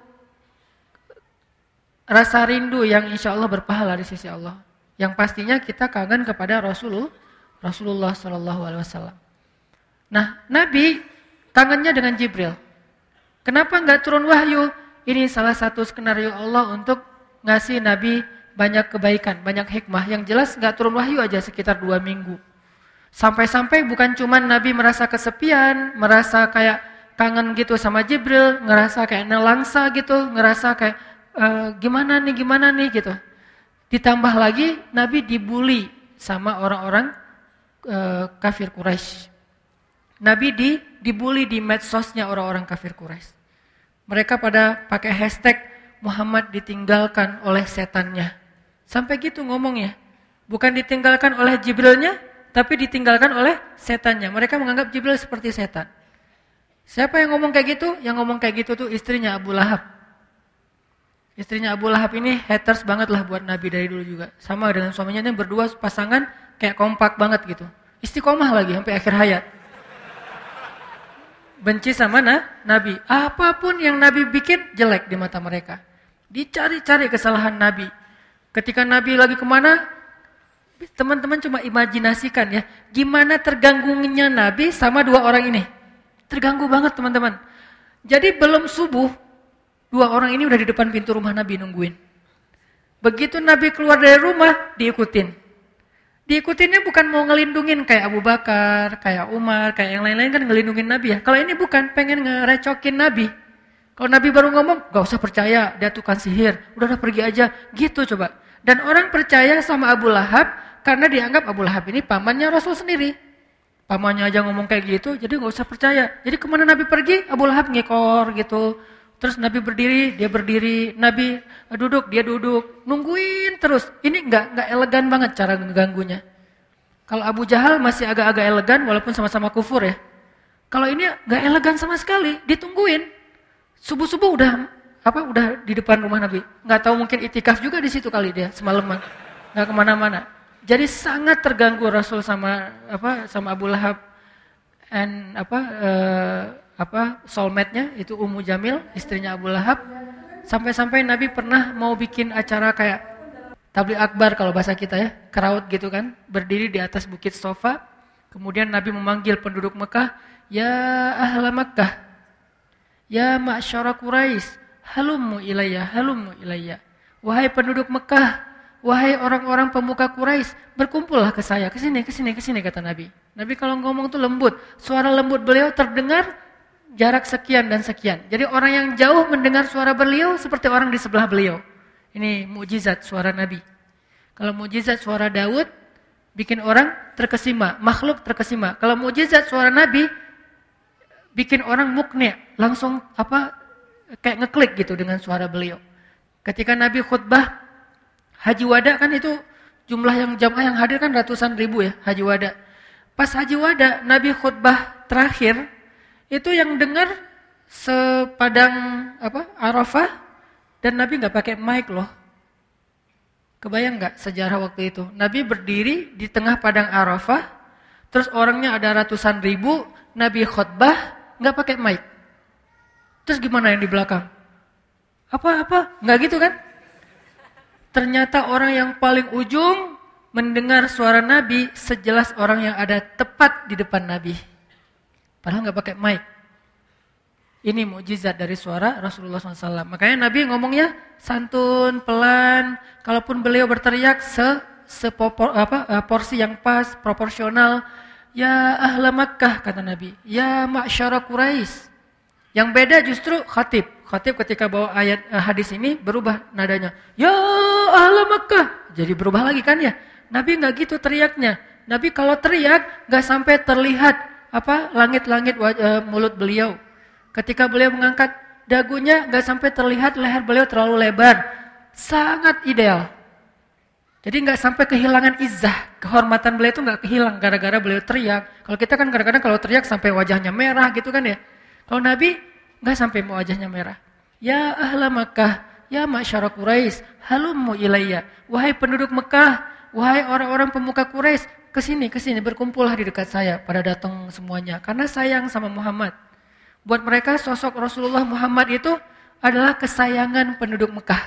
rasa rindu yang insya Allah berpahala di sisi Allah. Yang pastinya kita kangen kepada Rasulullah, Rasulullah Shallallahu Alaihi Wasallam. Nah, Nabi kangennya dengan Jibril. Kenapa nggak turun wahyu? Ini salah satu skenario Allah untuk ngasih Nabi banyak kebaikan, banyak hikmah. Yang jelas nggak turun wahyu aja sekitar dua minggu. Sampai-sampai bukan cuma Nabi merasa kesepian, merasa kayak kangen gitu sama Jibril, ngerasa kayak nelangsa gitu, ngerasa kayak e, gimana nih, gimana nih gitu. Ditambah lagi Nabi dibully sama orang-orang e, kafir Quraisy. Nabi di, dibully di medsosnya orang-orang kafir Quraisy. Mereka pada pakai hashtag Muhammad ditinggalkan oleh setannya. Sampai gitu ngomongnya. Bukan ditinggalkan oleh Jibrilnya, tapi ditinggalkan oleh setannya. Mereka menganggap Jibril seperti setan. Siapa yang ngomong kayak gitu? Yang ngomong kayak gitu tuh istrinya Abu Lahab. Istrinya Abu Lahab ini haters banget lah buat Nabi dari dulu juga. Sama dengan suaminya ini berdua pasangan kayak kompak banget gitu. Istiqomah lagi sampai akhir hayat. Benci sama nah, Nabi. Apapun yang Nabi bikin jelek di mata mereka. Dicari-cari kesalahan Nabi. Ketika Nabi lagi kemana, teman-teman cuma imajinasikan ya. Gimana terganggunya Nabi sama dua orang ini. Terganggu banget teman-teman. Jadi belum subuh, dua orang ini udah di depan pintu rumah Nabi nungguin. Begitu Nabi keluar dari rumah, diikutin. Diikutinnya bukan mau ngelindungin kayak Abu Bakar, kayak Umar, kayak yang lain-lain kan ngelindungin Nabi ya. Kalau ini bukan, pengen ngerecokin Nabi. Kalau Nabi baru ngomong, gak usah percaya, dia tukang sihir, udah udah pergi aja, gitu coba. Dan orang percaya sama Abu Lahab karena dianggap Abu Lahab ini pamannya Rasul sendiri. Pamannya aja ngomong kayak gitu, jadi gak usah percaya. Jadi kemana Nabi pergi, Abu Lahab ngekor gitu. Terus Nabi berdiri, dia berdiri, Nabi duduk, dia duduk, nungguin terus. Ini nggak nggak elegan banget cara mengganggunya. Kalau Abu Jahal masih agak-agak elegan, walaupun sama-sama kufur ya. Kalau ini nggak elegan sama sekali, ditungguin. Subuh-subuh udah apa? Udah di depan rumah Nabi. Nggak tahu mungkin itikaf juga di situ kali dia semalaman, nggak kemana-mana. Jadi sangat terganggu Rasul sama apa? Sama Abu Lahab and apa? Uh, apa soulmate-nya itu Ummu Jamil, istrinya Abu Lahab. Sampai-sampai Nabi pernah mau bikin acara kayak tabligh akbar kalau bahasa kita ya, crowd gitu kan, berdiri di atas bukit Sofa. Kemudian Nabi memanggil penduduk Mekah, ya ahla Makkah, ya ma'syara Quraisy, halummu ilayya, halummu ilayya. Wahai penduduk Mekah, wahai orang-orang pemuka Quraisy, berkumpullah ke saya, ke sini, ke sini, ke sini kata Nabi. Nabi kalau ngomong tuh lembut, suara lembut beliau terdengar jarak sekian dan sekian. Jadi orang yang jauh mendengar suara beliau seperti orang di sebelah beliau. Ini mukjizat suara Nabi. Kalau mukjizat suara Daud bikin orang terkesima, makhluk terkesima. Kalau mukjizat suara Nabi bikin orang mukni, langsung apa kayak ngeklik gitu dengan suara beliau. Ketika Nabi khutbah Haji Wada kan itu jumlah yang jamaah yang hadir kan ratusan ribu ya Haji Wada. Pas Haji Wada Nabi khutbah terakhir itu yang dengar sepadang apa Arafah dan Nabi nggak pakai mic loh. Kebayang nggak sejarah waktu itu? Nabi berdiri di tengah padang Arafah, terus orangnya ada ratusan ribu, Nabi khutbah nggak pakai mic. Terus gimana yang di belakang? Apa-apa? Nggak gitu kan? Ternyata orang yang paling ujung mendengar suara Nabi sejelas orang yang ada tepat di depan Nabi. Padahal nggak pakai mic. Ini mukjizat dari suara Rasulullah shallallahu alaihi wasallam. Makanya Nabi ngomongnya santun, pelan. Kalaupun beliau berteriak se sepopor, apa porsi yang pas, proporsional. Ya ahla Makkah kata Nabi. Ya ma'syara Quraisy. Yang beda justru khatib. Khatib ketika bawa ayat eh, hadis ini berubah nadanya. Ya ahla Makkah. Jadi berubah lagi kan ya. Nabi nggak gitu teriaknya. Nabi kalau teriak nggak sampai terlihat apa langit-langit wajah, mulut beliau. Ketika beliau mengangkat dagunya nggak sampai terlihat leher beliau terlalu lebar. Sangat ideal. Jadi nggak sampai kehilangan izzah, kehormatan beliau itu nggak kehilang gara-gara beliau teriak. Kalau kita kan kadang-kadang kalau teriak sampai wajahnya merah gitu kan ya. Kalau Nabi nggak sampai wajahnya merah. Ya ahla Makkah, ya ma'syara Quraisy, halummu ilayya. Wahai penduduk Mekah, wahai orang-orang pemuka Quraisy, kesini, kesini, berkumpullah di dekat saya. Pada datang semuanya. Karena sayang sama Muhammad. Buat mereka sosok Rasulullah Muhammad itu adalah kesayangan penduduk Mekah.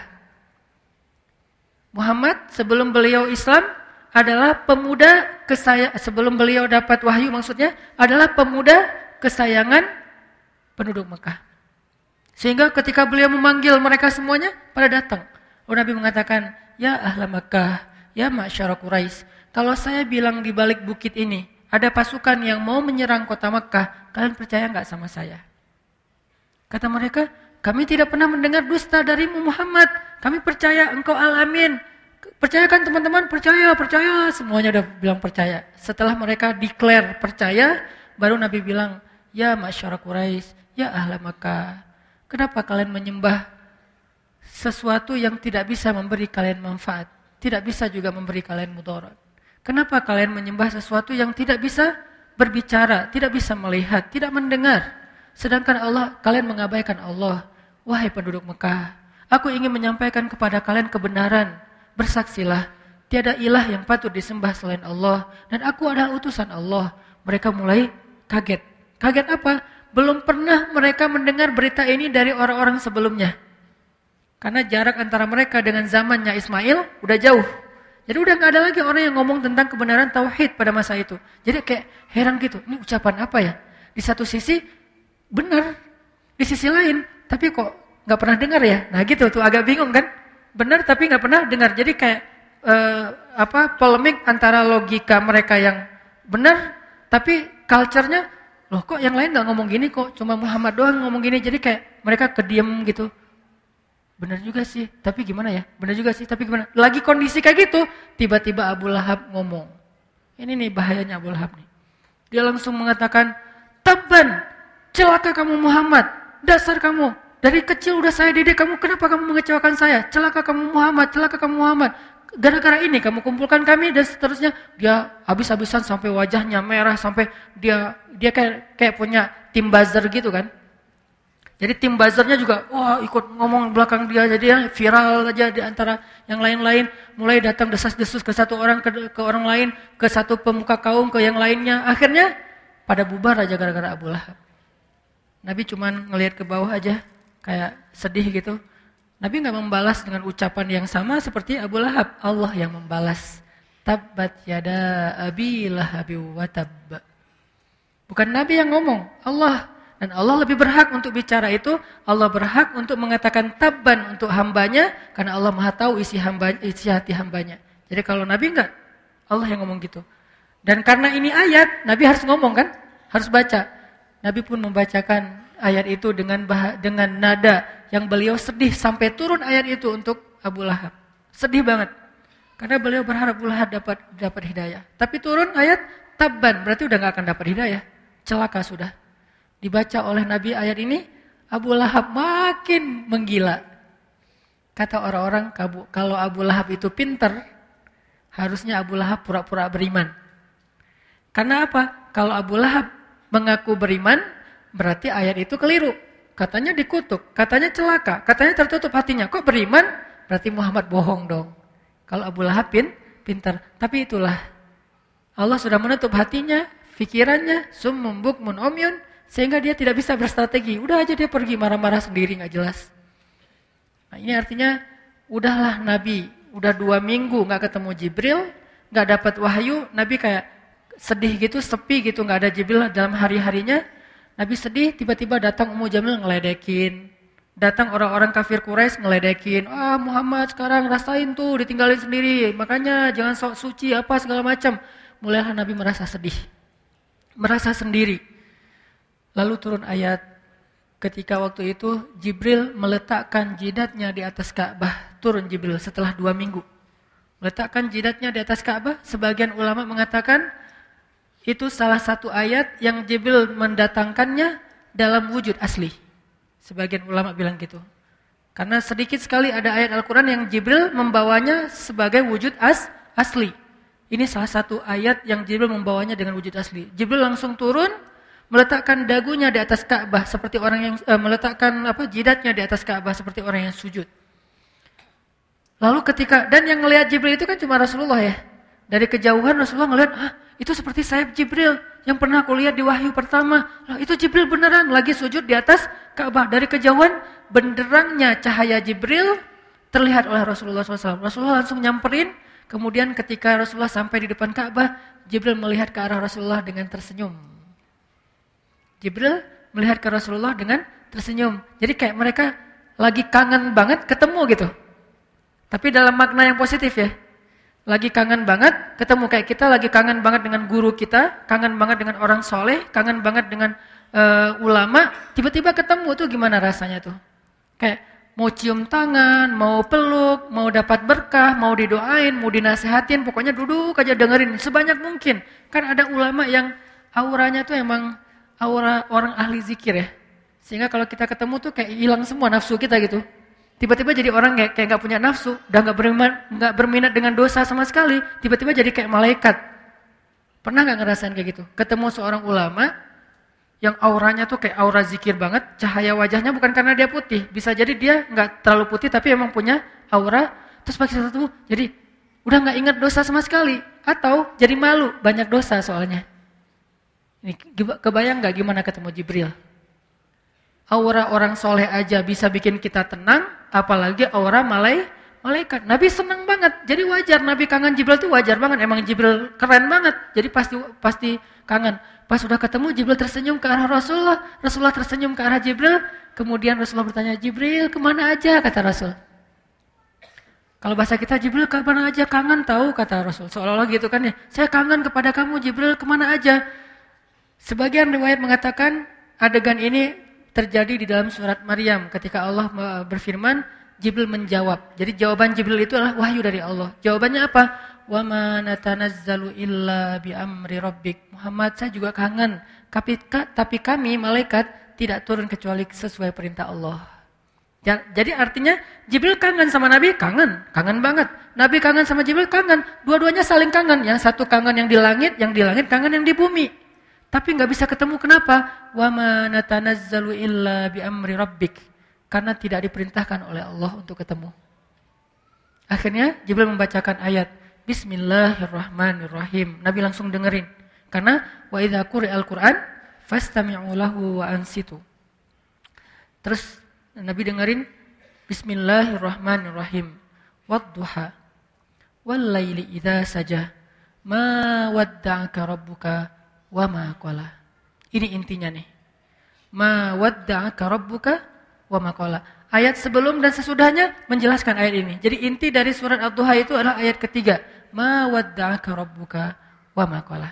Muhammad sebelum beliau Islam adalah pemuda kesayang, sebelum beliau dapat wahyu maksudnya adalah pemuda kesayangan penduduk Mekah. Sehingga ketika beliau memanggil mereka semuanya pada datang. Oh, Nabi mengatakan, ya ahla Makkah, ya ma'syara Quraisy. Kalau saya bilang di balik bukit ini ada pasukan yang mau menyerang kota Makkah, kalian percaya nggak sama saya? Kata mereka, kami tidak pernah mendengar dusta darimu Muhammad. Kami percaya engkau al-amin. Percaya kan teman-teman? Percaya, percaya. Semuanya udah bilang percaya. Setelah mereka declare percaya, baru Nabi bilang, ya ma'syara Quraisy, ya ahla Makkah. Kenapa kalian menyembah sesuatu yang tidak bisa memberi kalian manfaat? Tidak bisa juga memberi kalian mudarat. Kenapa kalian menyembah sesuatu yang tidak bisa berbicara, tidak bisa melihat, tidak mendengar? Sedangkan Allah, kalian mengabaikan Allah. Wahai penduduk Mekah, aku ingin menyampaikan kepada kalian kebenaran. Bersaksilah, tiada ilah yang patut disembah selain Allah. Dan aku adalah utusan Allah. Mereka mulai kaget. Kaget apa? Belum pernah mereka mendengar berita ini dari orang-orang sebelumnya. Karena jarak antara mereka dengan zamannya Ismail udah jauh. Jadi udah gak ada lagi orang yang ngomong tentang kebenaran tauhid pada masa itu. Jadi kayak heran gitu, ini ucapan apa ya? Di satu sisi benar, di sisi lain tapi kok gak pernah dengar ya? Nah gitu tuh agak bingung kan? Benar tapi gak pernah dengar. Jadi kayak eh, apa polemik antara logika mereka yang benar tapi culture-nya loh kok yang lain gak ngomong gini kok, cuma Muhammad doang ngomong gini. Jadi kayak mereka kediem gitu. Benar juga sih, tapi gimana ya? Benar juga sih, tapi gimana? Lagi kondisi kayak gitu, tiba-tiba Abu Lahab ngomong. Ini nih bahayanya Abu Lahab nih. Dia langsung mengatakan, "Tabban, celaka kamu Muhammad, dasar kamu. Dari kecil udah saya didik kamu, kenapa kamu mengecewakan saya? Celaka kamu Muhammad, celaka kamu Muhammad. Gara-gara ini kamu kumpulkan kami," dan seterusnya. Dia habis-habisan sampai wajahnya merah, sampai dia dia kayak kayak punya tim buzzer gitu kan. Jadi tim buzzernya juga wah ikut ngomong belakang dia, jadi viral aja di antara yang lain-lain. Mulai datang desas-desus ke satu orang ke, ke orang lain, ke satu pemuka kaum ke yang lainnya. Akhirnya pada bubar aja gara-gara Abu Lahab. Nabi cuman ngelihat ke bawah aja kayak sedih gitu. Nabi nggak membalas dengan ucapan yang sama seperti Abu Lahab. Allah yang membalas. Tabbat yada abi lahabi wa tab. Bukan Nabi yang ngomong, Allah. Dan Allah lebih berhak untuk bicara itu. Allah berhak untuk mengatakan tabban untuk hambanya. Karena Allah maha tahu isi, hamba, isi hati hambanya. Jadi kalau Nabi enggak, Allah yang ngomong gitu. Dan karena ini ayat, Nabi harus ngomong kan? Harus baca. Nabi pun membacakan ayat itu dengan bah- dengan nada yang beliau sedih sampai turun ayat itu untuk Abu Lahab. Sedih banget. Karena beliau berharap Abu Lahab dapat dapat hidayah. Tapi turun ayat tabban, berarti udah enggak akan dapat hidayah. Celaka sudah. Dibaca oleh Nabi ayat ini, Abu Lahab makin menggila. Kata orang-orang, kalau Abu Lahab itu pintar, harusnya Abu Lahab pura-pura beriman. Karena apa? Kalau Abu Lahab mengaku beriman, berarti ayat itu keliru. Katanya dikutuk, katanya celaka, katanya tertutup hatinya. Kok beriman? Berarti Muhammad bohong dong. Kalau Abu Lahab pin, pintar. Tapi itulah, Allah sudah menutup hatinya, pikirannya, summum bukmun umyun, sehingga dia tidak bisa berstrategi. Udah aja dia pergi marah-marah sendiri, gak jelas. Nah ini artinya, udahlah Nabi, udah dua minggu gak ketemu Jibril, gak dapat wahyu, Nabi kayak sedih gitu, sepi gitu, gak ada Jibril dalam hari-harinya. Nabi sedih, tiba-tiba datang Ummu Jamil ngeledekin. Datang orang-orang kafir Quraisy ngeledekin. Ah Muhammad sekarang rasain tuh, ditinggalin sendiri. Makanya jangan sok suci apa segala macam. Mulailah Nabi merasa sedih. Merasa sendiri. Lalu turun ayat. Ketika waktu itu Jibril meletakkan jidatnya di atas Ka'bah. Turun Jibril setelah dua minggu. Meletakkan jidatnya di atas Ka'bah. Sebagian ulama mengatakan itu salah satu ayat yang Jibril mendatangkannya dalam wujud asli. Sebagian ulama bilang gitu. Karena sedikit sekali ada ayat Al-Quran yang Jibril membawanya sebagai wujud as, asli. Ini salah satu ayat yang Jibril membawanya dengan wujud asli. Jibril langsung turun, meletakkan dagunya di atas Ka'bah seperti orang yang eh, meletakkan apa jidatnya di atas Ka'bah seperti orang yang sujud. Lalu ketika dan yang melihat Jibril itu kan cuma Rasulullah ya. Dari kejauhan Rasulullah ngelihat, ah itu seperti sayap Jibril yang pernah aku lihat di wahyu pertama. Lah itu Jibril beneran lagi sujud di atas Ka'bah. Dari kejauhan benderangnya cahaya Jibril terlihat oleh Rasulullah shallallahu alaihi wasallam. Rasulullah langsung nyamperin. Kemudian ketika Rasulullah sampai di depan Ka'bah, Jibril melihat ke arah Rasulullah dengan tersenyum. Jibril melihat ke Rasulullah dengan tersenyum. Jadi kayak mereka lagi kangen banget ketemu gitu. Tapi dalam makna yang positif ya. Lagi kangen banget ketemu, kayak kita lagi kangen banget dengan guru kita, kangen banget dengan orang soleh, kangen banget dengan uh, ulama, tiba-tiba ketemu tuh gimana rasanya tuh? Kayak mau cium tangan, mau peluk, mau dapat berkah, mau didoain, mau dinasehatin, pokoknya duduk aja dengerin sebanyak mungkin. Kan ada ulama yang auranya tuh emang aura orang ahli zikir ya. Sehingga kalau kita ketemu tuh kayak hilang semua nafsu kita gitu. Tiba-tiba jadi orang kayak kayak nggak punya nafsu, udah nggak berminat, nggak berminat dengan dosa sama sekali. Tiba-tiba jadi kayak malaikat. Pernah nggak ngerasain kayak gitu? Ketemu seorang ulama yang auranya tuh kayak aura zikir banget, cahaya wajahnya bukan karena dia putih, bisa jadi dia nggak terlalu putih tapi emang punya aura. Terus pakai satu jadi udah nggak ingat dosa sama sekali, atau jadi malu banyak dosa soalnya. Ini kebayang nggak gimana ketemu Jibril? Aura orang soleh aja bisa bikin kita tenang, apalagi aura malai, malaikat. Nabi senang banget, jadi wajar Nabi kangen Jibril itu wajar banget. Emang Jibril keren banget, jadi pasti pasti kangen. Pas sudah ketemu Jibril tersenyum ke arah Rasulullah, Rasulullah tersenyum ke arah Jibril. Kemudian Rasulullah bertanya, Jibril kemana aja, kata Rasul. Kalau bahasa kita Jibril kemana aja, kangen tahu, kata Rasul. Seolah-olah gitu kan ya, saya kangen kepada kamu Jibril, kemana aja. Sebagian riwayat mengatakan adegan ini terjadi di dalam surat Maryam ketika Allah berfirman, Jibril menjawab. Jadi jawaban Jibril itu adalah wahyu dari Allah. Jawabannya apa? Wa ma natanazzalu illa bi amri rabbik. Muhammad, saya juga kangen, tapi, tapi kami malaikat tidak turun kecuali sesuai perintah Allah. Jadi artinya Jibril kangen sama Nabi, kangen, kangen banget. Nabi kangen sama Jibril, kangen. Dua-duanya saling kangen. Yang satu kangen yang di langit, yang di langit kangen yang di bumi. Tapi nggak bisa ketemu, kenapa? Wa ma natanazzalu illa bi amri rabbik. Karena tidak diperintahkan oleh Allah untuk ketemu. Akhirnya Jibril membacakan ayat Bismillahirrahmanirrahim. Nabi langsung dengerin. Karena wa idza quri'al Qur'an fastami'u lahu wa ansitu. Terus Nabi dengerin Bismillahirrahmanirrahim. Wadduha wal laili idza saja ma wadda'aka rabbuka wa ma qala. Ini intinya nih. Ma wadda'aka rabbuka wa ma qala. Ayat sebelum dan sesudahnya menjelaskan ayat ini. Jadi inti dari surat Ad-Duha itu adalah ayat ketiga. Ma wadda'aka rabbuka wa ma qala.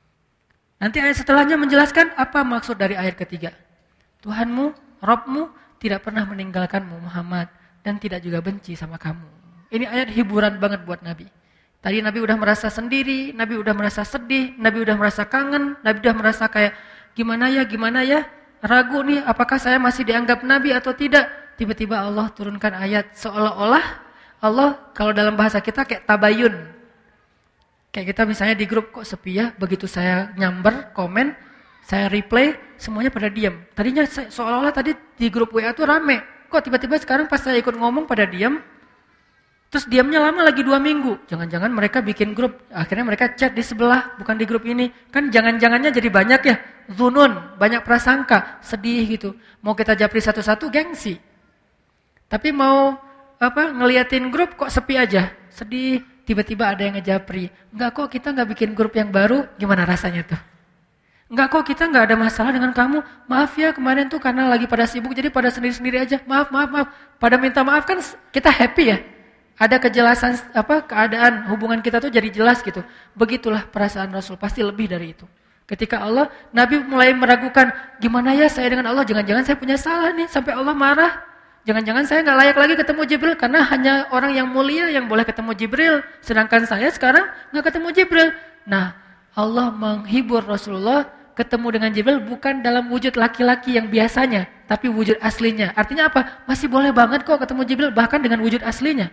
Nanti ayat setelahnya menjelaskan apa maksud dari ayat ketiga. Tuhanmu, Rabbmu tidak pernah meninggalkanmu Muhammad dan tidak juga benci sama kamu. Ini ayat hiburan banget buat Nabi. Tadi Nabi udah merasa sendiri, Nabi udah merasa sedih, Nabi udah merasa kangen, Nabi udah merasa kayak gimana ya, gimana ya, ragu nih apakah saya masih dianggap Nabi atau tidak. Tiba-tiba Allah turunkan ayat seolah-olah Allah kalau dalam bahasa kita kayak tabayun. Kayak kita misalnya di grup kok sepi ya, begitu saya nyamber, komen, saya replay, semuanya pada diam. Tadinya seolah-olah tadi di grup W A tuh rame. Kok tiba-tiba sekarang pas saya ikut ngomong pada diam. Terus diamnya lama lagi dua minggu. Jangan-jangan mereka bikin grup. Akhirnya mereka chat di sebelah, bukan di grup ini. Kan jangan-jangannya jadi banyak ya. Zunun, banyak prasangka, sedih gitu. Mau kita japri satu-satu, gengsi. Tapi mau apa ngeliatin grup kok sepi aja. Sedih, tiba-tiba ada yang ngejapri. Enggak kok kita nggak bikin grup yang baru, gimana rasanya tuh? Enggak kok kita nggak ada masalah dengan kamu. Maaf ya kemarin tuh karena lagi pada sibuk jadi pada sendiri-sendiri aja. Maaf, maaf, maaf. Pada minta maaf kan kita happy ya. Ada kejelasan apa keadaan hubungan kita tuh jadi jelas gitu. Begitulah perasaan Rasul, pasti lebih dari itu. Ketika Allah, Nabi mulai meragukan, gimana ya saya dengan Allah? Jangan-jangan saya punya salah nih sampai Allah marah. Jangan-jangan saya nggak layak lagi ketemu Jibril karena hanya orang yang mulia yang boleh ketemu Jibril. Sedangkan saya sekarang nggak ketemu Jibril. Nah, Allah menghibur Rasulullah ketemu dengan Jibril bukan dalam wujud laki-laki yang biasanya, tapi wujud aslinya. Artinya apa? Masih boleh banget kok ketemu Jibril bahkan dengan wujud aslinya.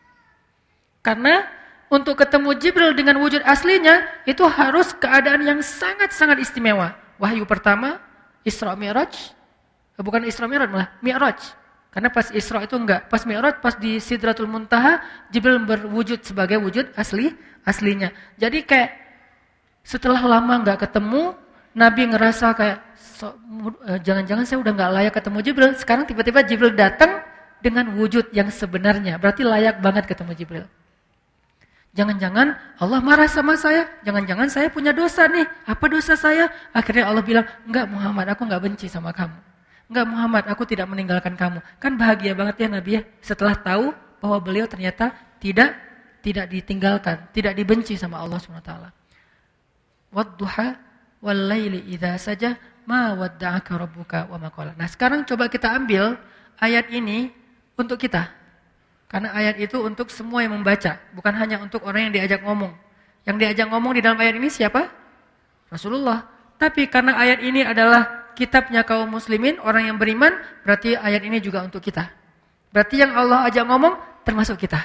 Karena untuk ketemu Jibril dengan wujud aslinya itu harus keadaan yang sangat-sangat istimewa. Wahyu pertama, Isra Mi'raj, bukan Isra Mi'raj malah Mi'raj. Karena pas Isra itu enggak, pas Mi'raj, pas di Sidratul Muntaha, Jibril berwujud sebagai wujud asli aslinya. Jadi kayak setelah lama enggak ketemu, Nabi ngerasa kayak so, uh, jangan-jangan saya udah enggak layak ketemu Jibril. Sekarang tiba-tiba Jibril datang dengan wujud yang sebenarnya. Berarti layak banget ketemu Jibril. Jangan-jangan Allah marah sama saya, jangan-jangan saya punya dosa nih. Apa dosa saya? Akhirnya Allah bilang, enggak Muhammad, aku enggak benci sama kamu. Enggak Muhammad, aku tidak meninggalkan kamu. Kan bahagia banget ya Nabi ya, setelah tahu bahwa beliau ternyata tidak tidak ditinggalkan, tidak dibenci sama Allah subhanahu wa taala. Wadduha wal laili idza saja ma wadda'aka rabbuka wa ma qala. Nah, sekarang coba kita ambil ayat ini untuk kita. Karena ayat itu untuk semua yang membaca, bukan hanya untuk orang yang diajak ngomong. Yang diajak ngomong di dalam ayat ini siapa? Rasulullah. Tapi karena ayat ini adalah kitabnya kaum muslimin, orang yang beriman, berarti ayat ini juga untuk kita. Berarti yang Allah ajak ngomong termasuk kita.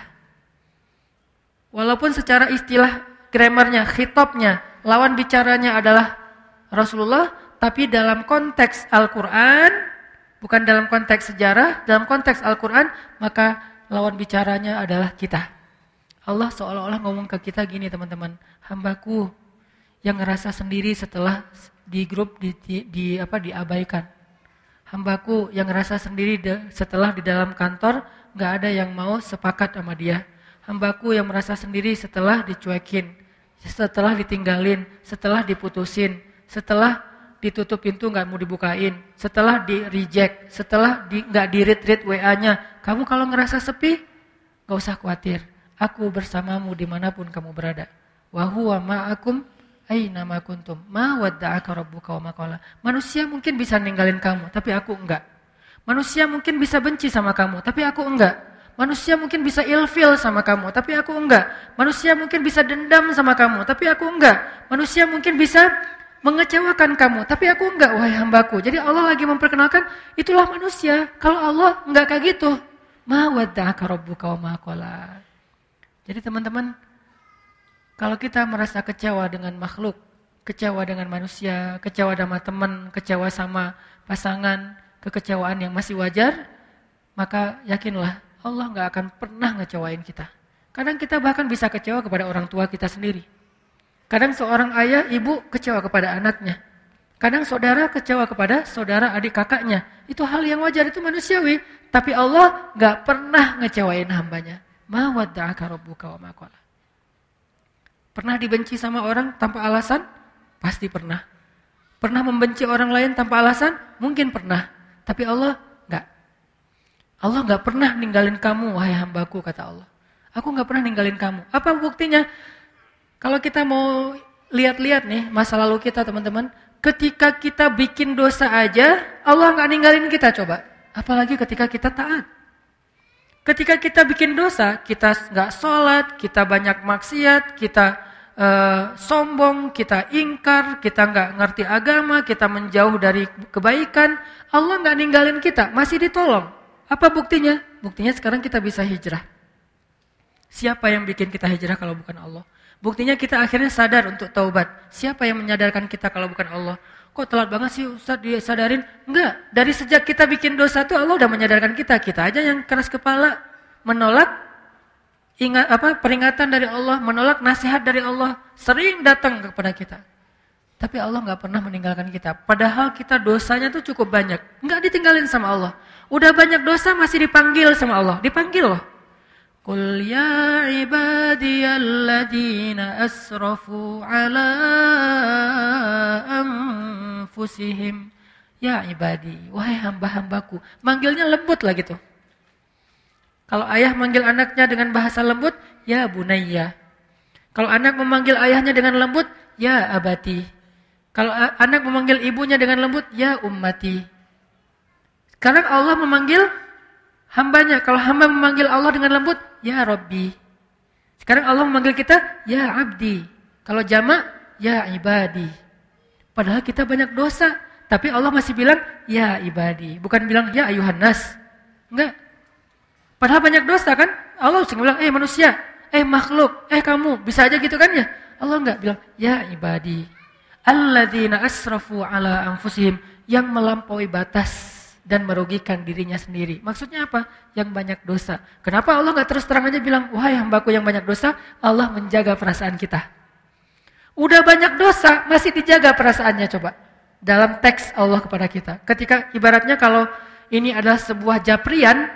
Walaupun secara istilah grammarnya, khitabnya, lawan bicaranya adalah Rasulullah, tapi dalam konteks Al-Quran, bukan dalam konteks sejarah, dalam konteks Al-Quran, maka lawan bicaranya adalah kita. Allah seolah-olah ngomong ke kita gini teman-teman, hambaku yang ngerasa sendiri setelah di grup di, di, di apa diabaikan. Hambaku yang ngerasa sendiri de, setelah di dalam kantor nggak ada yang mau sepakat sama dia. Hambaku yang merasa sendiri setelah dicuekin, setelah ditinggalin, setelah diputusin, setelah ditutup pintu nggak mau dibukain, setelah di reject, setelah di, nggak di read read W A-nya. Kamu kalau ngerasa sepi, nggak usah khawatir. Aku bersamamu dimanapun kamu berada. Wa huwa ma'akum aina ma kuntum ma wadda'aka rabbuka wa ma qala. Manusia mungkin bisa ninggalin kamu, tapi aku enggak. Manusia mungkin bisa benci sama kamu, tapi aku enggak. Manusia mungkin bisa ilfil sama kamu, tapi aku enggak. Manusia mungkin bisa dendam sama kamu, tapi aku enggak. Manusia mungkin bisa mengecewakan kamu, tapi aku enggak, wahai hambaku. Jadi Allah lagi memperkenalkan, itulah manusia. Kalau Allah enggak kayak gitu. Ma wadda'aka rabbuka wa ma qala. Jadi teman-teman, kalau kita merasa kecewa dengan makhluk, kecewa dengan manusia, kecewa sama teman, kecewa sama pasangan, kekecewaan yang masih wajar, maka yakinlah Allah nggak akan pernah ngecewain kita. Kadang kita bahkan bisa kecewa kepada orang tua kita sendiri. Kadang seorang ayah, ibu kecewa kepada anaknya. Kadang saudara kecewa kepada saudara adik kakaknya. Itu hal yang wajar, itu manusiawi. Tapi Allah nggak pernah ngecewain hambanya. Ma wadda'aka rabbuka wa ma qala. Pernah dibenci sama orang tanpa alasan? Pasti pernah. Pernah membenci orang lain tanpa alasan? Mungkin pernah. Tapi Allah enggak. Allah enggak pernah ninggalin kamu, wahai hambaku, kata Allah. Aku enggak pernah ninggalin kamu. Apa buktinya? Kalau kita mau lihat-lihat nih masa lalu kita, teman-teman. Ketika kita bikin dosa aja, Allah enggak ninggalin kita, coba. Apalagi ketika kita taat. Ketika kita bikin dosa, kita enggak sholat, kita banyak maksiat, kita Uh, sombong, kita ingkar, kita nggak ngerti agama, kita menjauh dari kebaikan, Allah nggak ninggalin kita, masih ditolong. Apa buktinya? Buktinya sekarang kita bisa hijrah. Siapa yang bikin kita hijrah kalau bukan Allah? Buktinya kita akhirnya sadar untuk taubat. Siapa yang menyadarkan kita kalau bukan Allah? Kok telat banget sih Ustaz disadarin? Enggak, dari sejak kita bikin dosa tuh Allah udah menyadarkan kita. Kita aja yang keras kepala, menolak ingat apa peringatan dari Allah, menolak nasihat dari Allah, sering datang kepada kita. Tapi Allah nggak pernah meninggalkan kita. Padahal kita dosanya tuh cukup banyak, nggak ditinggalin sama Allah. Udah banyak dosa masih dipanggil sama Allah, dipanggil loh. Qul ya ibadiyalladzina asrafu ala anfusihim. Ya ibadi, wahai hamba-hambaku. Manggilnya lembut lah gitu. Kalau ayah manggil anaknya dengan bahasa lembut, ya bunayya. Kalau anak memanggil ayahnya dengan lembut, ya abati. Kalau anak memanggil ibunya dengan lembut, ya ummati. Sekarang Allah memanggil hambanya. Kalau hamba memanggil Allah dengan lembut, ya Rabbi. Sekarang Allah memanggil kita, ya abdi. Kalau jamak, ya ibadi. Padahal kita banyak dosa. Tapi Allah masih bilang, ya ibadi. Bukan bilang, ya ayuhan nas. Enggak. Padahal banyak dosa kan? Allah sering bilang, eh manusia, eh makhluk, eh kamu. Bisa aja gitu kan ya? Allah enggak bilang, ya ibadi. Alladzina asrafu ala anfusihim. Yang melampaui batas dan merugikan dirinya sendiri. Maksudnya apa? Yang banyak dosa. Kenapa Allah enggak terus terang aja bilang, wahai hambaku yang banyak dosa, Allah menjaga perasaan kita. Udah banyak dosa, masih dijaga perasaannya coba. Dalam teks Allah kepada kita. Ketika ibaratnya kalau ini adalah sebuah japrian,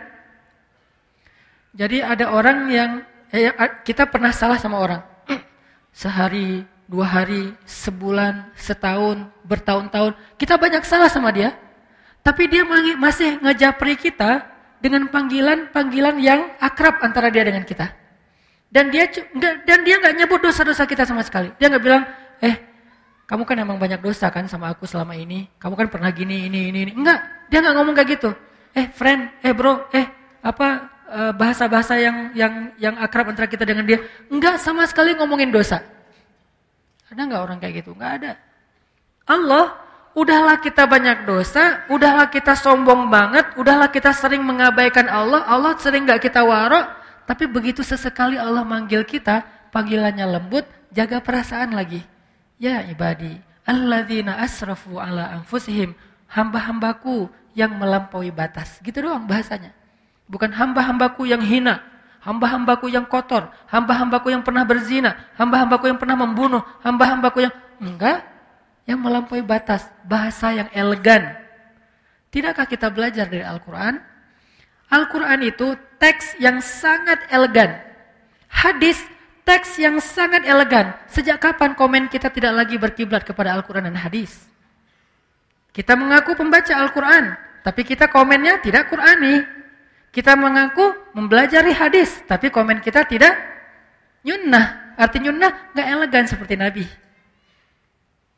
jadi ada orang yang, eh, kita pernah salah sama orang. Sehari, dua hari, sebulan, setahun, bertahun-tahun. Kita banyak salah sama dia. Tapi dia masih ngejapri kita dengan panggilan-panggilan yang akrab antara dia dengan kita. Dan dia dan dia nggak nyebut dosa-dosa kita sama sekali. Dia nggak bilang, eh kamu kan emang banyak dosa kan sama aku selama ini. Kamu kan pernah gini, ini, ini, ini. Enggak, dia nggak ngomong kayak gitu. Eh friend, eh bro, eh apa... bahasa-bahasa yang yang yang akrab antara kita dengan dia, enggak sama sekali ngomongin dosa. Ada enggak orang kayak gitu? Enggak ada. Allah, udahlah kita banyak dosa, udahlah kita sombong banget, udahlah kita sering mengabaikan Allah, Allah sering enggak kita warok, tapi begitu sesekali Allah manggil kita, panggilannya lembut, jaga perasaan lagi. Ya ibadi, alladzina asrafu ala anfusihim, hamba-hambaku yang melampaui batas. Gitu doang bahasanya. Bukan hamba-hambaku yang hina, hamba-hambaku yang kotor, hamba-hambaku yang pernah berzina, hamba-hambaku yang pernah membunuh, hamba-hambaku yang... Enggak, yang melampaui batas, bahasa yang elegan. Tidakkah kita belajar dari Al-Quran? Al-Quran itu teks yang sangat elegan. Hadis, teks yang sangat elegan. Sejak kapan komen kita tidak lagi berkiblat kepada Al-Quran dan hadis? Kita mengaku pembaca Al-Quran, tapi kita komennya tidak Qurani. Kita mengaku mempelajari hadis, tapi komen kita tidak nyunnah. Arti nyunnah nggak elegan seperti Nabi.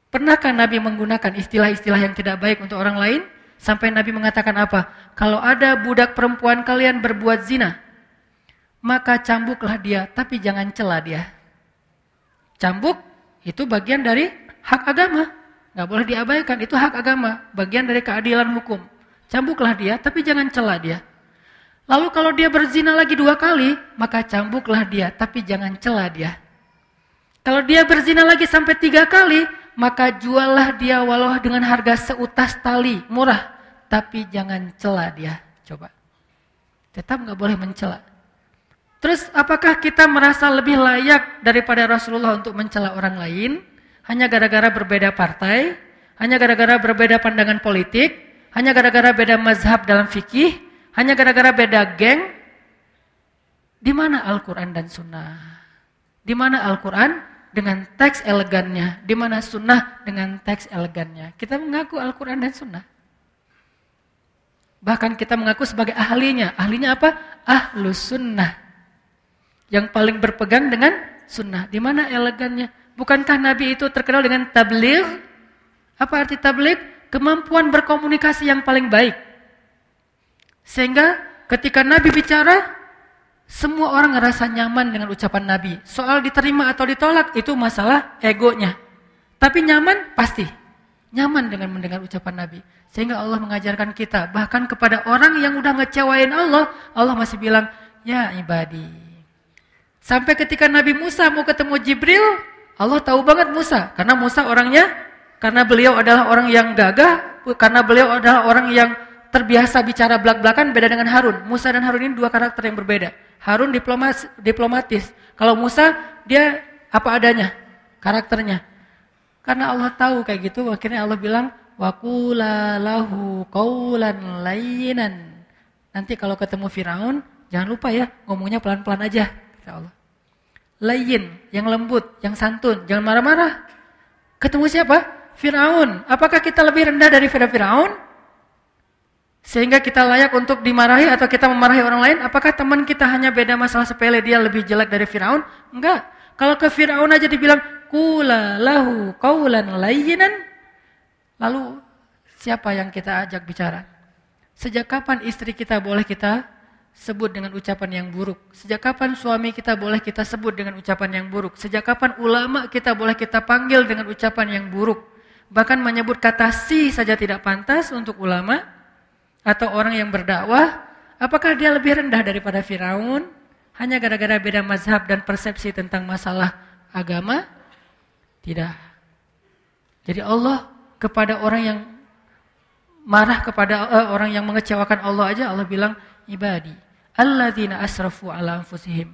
Pernahkah Nabi menggunakan istilah-istilah yang tidak baik untuk orang lain? Sampai Nabi mengatakan apa? Kalau ada budak perempuan kalian berbuat zina, maka cambuklah dia, tapi jangan cela dia. Cambuk itu bagian dari hak agama. Gak boleh diabaikan, itu hak agama. Bagian dari keadilan hukum. Cambuklah dia, tapi jangan cela dia. Lalu kalau dia berzina lagi dua kali, maka cambuklah dia, tapi jangan cela dia. Kalau dia berzina lagi sampai tiga kali, maka juallah dia walau dengan harga seutas tali, murah. Tapi jangan cela dia. Coba. Tetap gak boleh mencela. Terus apakah kita merasa lebih layak daripada Rasulullah untuk mencela orang lain? Hanya gara-gara berbeda partai? Hanya gara-gara berbeda pandangan politik? Hanya gara-gara beda mazhab dalam fikih? Hanya gara-gara beda geng? Di mana Al-Quran dan Sunnah? Di mana Al-Quran dengan teks elegannya? Di mana Sunnah dengan teks elegannya? Kita mengaku Al-Quran dan Sunnah. Bahkan kita mengaku sebagai ahlinya. Ahlinya apa? Ahlus Sunnah. Yang paling berpegang dengan Sunnah. Di mana elegannya? Bukankah Nabi itu terkenal dengan tabligh? Apa arti tabligh? Kemampuan berkomunikasi yang paling baik. Sehingga ketika Nabi bicara, semua orang ngerasa nyaman dengan ucapan Nabi. Soal diterima atau ditolak, itu masalah egonya. Tapi nyaman, pasti. Nyaman dengan mendengar ucapan Nabi. Sehingga Allah mengajarkan kita, bahkan kepada orang yang udah ngecewain Allah, Allah masih bilang, ya ibadi. Sampai ketika Nabi Musa mau ketemu Jibril, Allah tahu banget Musa. Karena Musa orangnya, karena beliau adalah orang yang gagah, karena beliau adalah orang yang terbiasa bicara belak-belakan, beda dengan Harun. Musa dan Harun ini dua karakter yang berbeda. Harun diplomas, diplomatis. Kalau Musa, dia apa adanya, karakternya. Karena Allah tahu kayak gitu, akhirnya Allah bilang, وَقُولَا لَهُ قَوْلًا لَيِّنًا. Nanti kalau ketemu Firaun, jangan lupa ya, ngomongnya pelan-pelan aja, kata Allah. Layyin, yang lembut, yang santun, jangan marah-marah. Ketemu siapa? Firaun. Apakah kita lebih rendah daripada Firaun? Sehingga kita layak untuk dimarahi atau kita memarahi orang lain? Apakah teman kita hanya beda masalah sepele, dia lebih jelek dari Firaun? Enggak. Kalau ke Firaun aja dibilang qula lahu qaulan layyinan, lalu siapa yang kita ajak bicara? Sejak kapan istri kita boleh kita sebut dengan ucapan yang buruk? Sejak kapan suami kita boleh kita sebut dengan ucapan yang buruk? Sejak kapan ulama kita boleh kita panggil dengan ucapan yang buruk? Bahkan menyebut kata si saja tidak pantas untuk ulama atau orang yang berdakwah. Apakah dia lebih rendah daripada Firaun? Hanya gara-gara beda mazhab dan persepsi tentang masalah agama? Tidak. Jadi Allah kepada orang yang marah, kepada uh, orang yang mengecewakan Allah aja, Allah bilang ibadi alladzina asrafu ala anfusihim.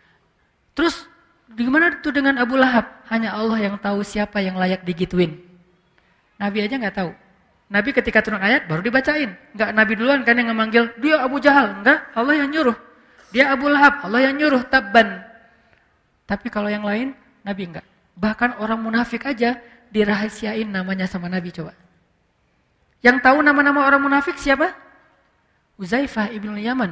Terus gimana itu dengan Abu Lahab? Hanya Allah yang tahu siapa yang layak digituin. Nabi aja nggak tahu. Nabi ketika turun ayat baru dibacain. Nggak Nabi duluan kan yang memanggil, dia Abu Jahal. Enggak, Allah yang nyuruh. Dia Abu Lahab, Allah yang nyuruh, tabban. Tapi kalau yang lain, Nabi enggak. Bahkan orang munafik aja dirahasiain namanya sama Nabi, coba. Yang tahu nama-nama orang munafik siapa? Uzaifah ibn Yaman.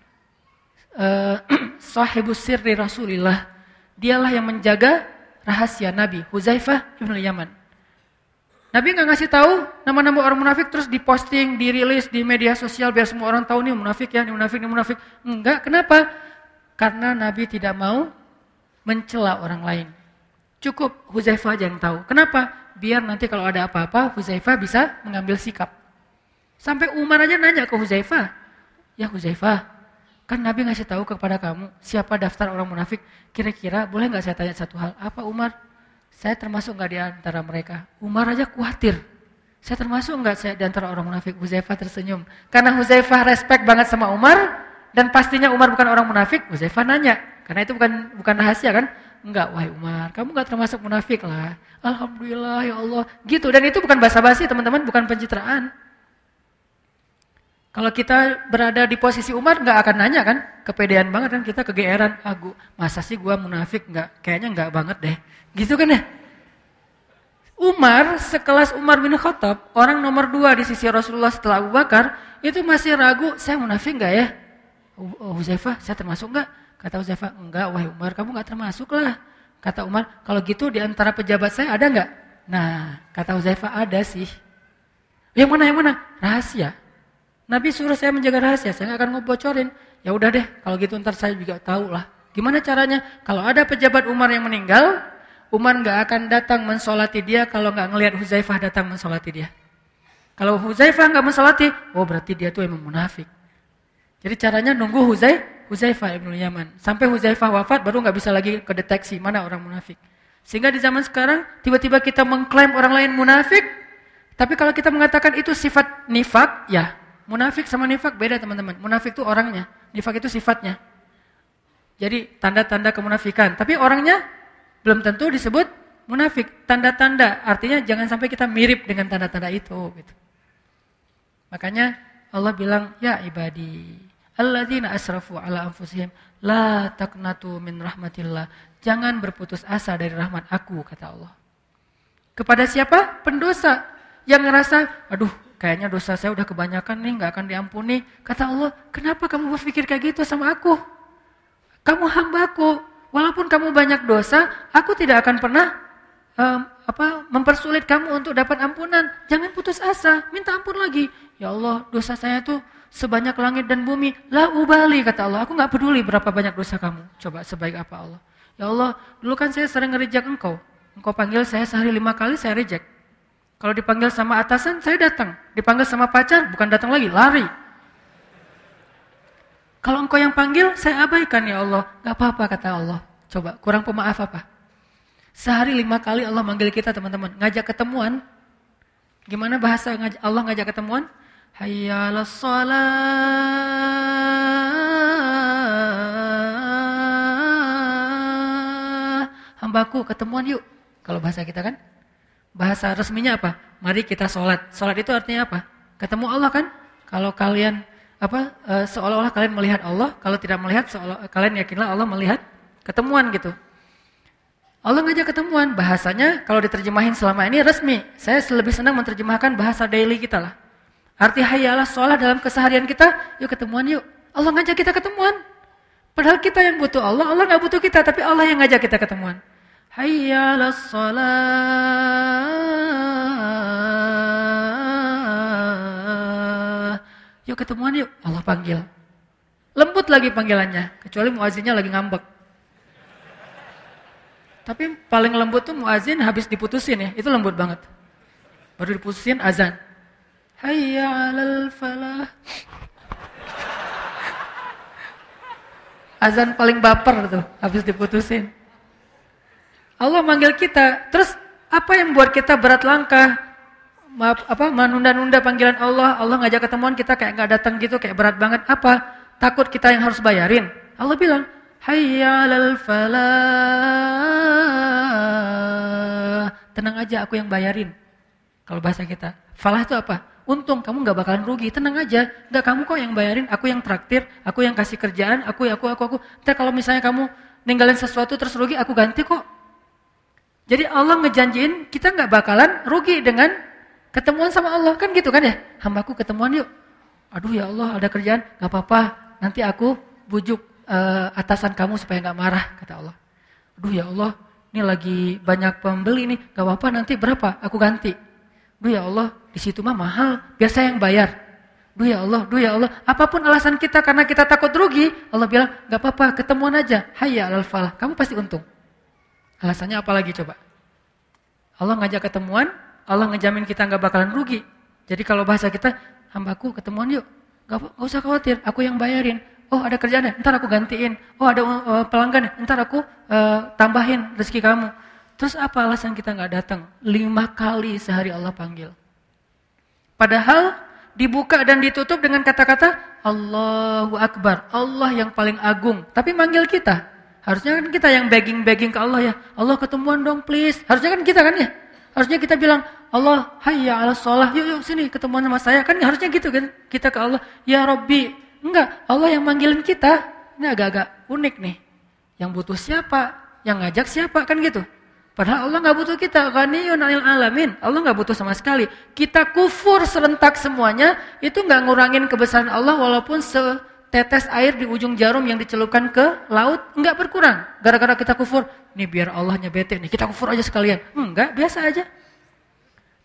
Uh, Sahibus sirri Rasulillah. Dialah yang menjaga rahasia Nabi, Uzaifah ibn Yaman. Nabi nggak ngasih tahu nama-nama orang munafik terus diposting, dirilis di media sosial biar semua orang tahu nih munafik ya, nih munafik, nih munafik. Enggak, kenapa? Karena Nabi tidak mau mencela orang lain. Cukup Huzaifah aja yang tahu. Kenapa? Biar nanti kalau ada apa-apa Huzaifah bisa mengambil sikap. Sampai Umar aja nanya ke Huzaifah, ya Huzaifah, kan Nabi ngasih tahu kepada kamu siapa daftar orang munafik. Kira-kira boleh nggak saya tanya satu hal? Apa Umar? Saya termasuk nggak di antara mereka? Umar aja khawatir. Saya termasuk nggak saya di antara orang munafik? Huzaifah tersenyum. Karena Huzaifah respect banget sama Umar dan pastinya Umar bukan orang munafik. Huzaifah nanya, karena itu bukan bukan rahasia kan? Enggak, wahai Umar, kamu nggak termasuk munafik lah. Alhamdulillah ya Allah. Gitu, dan itu bukan basa-basi teman-teman, bukan pencitraan. Kalau kita berada di posisi Umar nggak akan nanya kan? Kepedean banget kan kita, kegeeran. Ah, gua, masa sih gua munafik? Nggak, kayaknya nggak banget deh. Gitu kan ya? Umar, sekelas Umar bin Khattab, orang nomor dua di sisi Rasulullah setelah Abu Bakar, itu masih ragu, saya munafik nggak ya? Oh, Huzaifah, saya termasuk nggak? Kata Huzaifah, enggak, wahai Umar, kamu nggak termasuk lah. Kata Umar, kalau gitu di antara pejabat saya ada nggak? Nah, kata Huzaifah ada sih. Yang mana, yang mana? Rahasia. Nabi suruh saya menjaga rahasia, saya nggak akan ngebocorin. Ya udah deh, kalau gitu ntar saya juga tahu lah. Gimana caranya? Kalau ada pejabat Umar yang meninggal, Umar nggak akan datang mensolati dia kalau nggak ngelihat Huzaifah datang mensolati dia. Kalau Huzaifah nggak mensolati, oh berarti dia tuh emang munafik. Jadi caranya nunggu Huzai, Huzaifah ibn Yaman. Sampai Huzaifah wafat baru nggak bisa lagi kedeteksi mana orang munafik. Sehingga di zaman sekarang tiba-tiba kita mengklaim orang lain munafik, tapi kalau kita mengatakan itu sifat nifak, ya munafik sama nifak beda teman-teman. Munafik itu orangnya, nifak itu sifatnya. Jadi tanda-tanda kemunafikan. Tapi orangnya belum tentu disebut munafik. Tanda-tanda artinya jangan sampai kita mirip dengan tanda-tanda itu. Gitu. Makanya Allah bilang, ya ibadi, alladzina asrafu ala anfusihim, la taqnatu min rahmatillah. Jangan berputus asa dari rahmat aku, kata Allah. Kepada siapa? Pendosa. Yang ngerasa, aduh kayaknya dosa saya udah kebanyakan nih, gak akan diampuni. Kata Allah, kenapa kamu berpikir kayak gitu sama aku? Kamu hambaku, walaupun kamu banyak dosa, aku tidak akan pernah um, apa, mempersulit kamu untuk dapat ampunan. Jangan putus asa, minta ampun lagi. Ya Allah, dosa saya tuh sebanyak langit dan bumi. La ubali, kata Allah, aku gak peduli berapa banyak dosa kamu. Coba sebaik apa Allah. Ya Allah, dulu kan saya sering nge-reject engkau. Engkau panggil saya sehari lima kali, saya reject. Kalau dipanggil sama atasan, saya datang. Dipanggil sama pacar, bukan datang lagi, lari. Kalau engkau yang panggil, saya abaikan ya Allah. Gak apa-apa kata Allah. Coba, kurang pemaaf apa? Sehari lima kali Allah manggil kita teman-teman. Ngajak ketemuan. Gimana bahasa Allah ngajak ketemuan? Hayya 'alas shalah. Hambaku ketemuan yuk. Kalau bahasa kita kan. Bahasa resminya apa? Mari kita sholat. Sholat itu artinya apa? Ketemu Allah kan? Kalau kalian apa e, seolah-olah kalian melihat Allah, kalau tidak melihat seolah kalian yakinlah Allah melihat ketemuan gitu. Allah ngajak ketemuan, bahasanya kalau diterjemahin selama ini resmi. Saya lebih senang menerjemahkan bahasa daily kita lah. Arti hayya 'alas shalah dalam keseharian kita, yuk ketemuan yuk. Allah ngajak kita ketemuan. Padahal kita yang butuh Allah, Allah nggak butuh kita, tapi Allah yang ngajak kita ketemuan. Hayya 'alas shalah. Yuk ketemuan yuk, Allah panggil. Lembut lagi panggilannya, kecuali muazinnya lagi ngambek. Tapi paling lembut tuh muazin habis diputusin ya, itu lembut banget. Baru diputusin azan. Hayya 'alal falah. Azan paling baper tuh, habis diputusin. Allah manggil kita, terus apa yang buat kita berat langkah? Maaf, apa menunda-nunda panggilan Allah, Allah ngajak ketemuan kita kayak nggak datang gitu, kayak berat banget. Apa? Takut kita yang harus bayarin. Allah bilang, hayya 'alal falah. Tenang aja, aku yang bayarin. Kalau bahasa kita, falah itu apa? Untung, kamu nggak bakalan rugi. Tenang aja, nggak kamu kok yang bayarin, aku yang traktir, aku yang kasih kerjaan, aku, aku, aku, aku. Ntar kalau misalnya kamu ninggalin sesuatu terus rugi, aku ganti kok. Jadi Allah ngejanjiin kita nggak bakalan rugi dengan ketemuan sama Allah, kan gitu kan ya? Hambaku ketemuan yuk. Aduh ya Allah ada kerjaan, gak apa-apa. Nanti aku bujuk uh, atasan kamu supaya gak marah, kata Allah. Aduh ya Allah, ini lagi banyak pembeli nih, gak apa-apa nanti berapa, aku ganti. Aduh ya Allah, di situ mah mahal, biar saya yang bayar. Aduh ya Allah, aduh ya Allah. Apapun alasan kita karena kita takut rugi, Allah bilang gak apa-apa, ketemuan aja. Hayya 'alal falah, kamu pasti untung. Alasannya apa lagi coba? Allah ngajak ketemuan, Allah ngejamin kita gak bakalan rugi. Jadi kalau bahasa kita, hambaku ketemuan yuk. Gak, gak usah khawatir, aku yang bayarin. Oh ada kerjaan ya, ntar aku gantiin. Oh ada uh, pelanggan ya, ntar aku uh, tambahin rezeki kamu. Terus apa alasan kita gak datang? Lima kali sehari Allah panggil. Padahal dibuka dan ditutup dengan kata-kata Allahu Akbar. Allah yang paling agung. Tapi manggil kita. Harusnya kan kita yang begging-begging ke Allah ya. Allah ketemuan dong please. Harusnya kan kita kan ya. Harusnya kita bilang, Allah hayya 'alas shalah, yuk yuk sini ketemuan sama saya. Kan harusnya gitu kan, kita ke Allah, ya Rabbi. Enggak, Allah yang manggilin kita. Ini agak-agak unik nih. Yang butuh siapa? Yang ngajak siapa? Kan gitu. Padahal Allah gak butuh kita, ghaniyun 'anil alamin. Allah gak butuh sama sekali. Kita kufur serentak semuanya, itu gak ngurangin kebesaran Allah walaupun setetes air di ujung jarum yang dicelupkan ke laut, enggak berkurang. Gara-gara kita kufur, nih biar Allahnya bete nih, kita kufur aja sekalian. Enggak, biasa aja.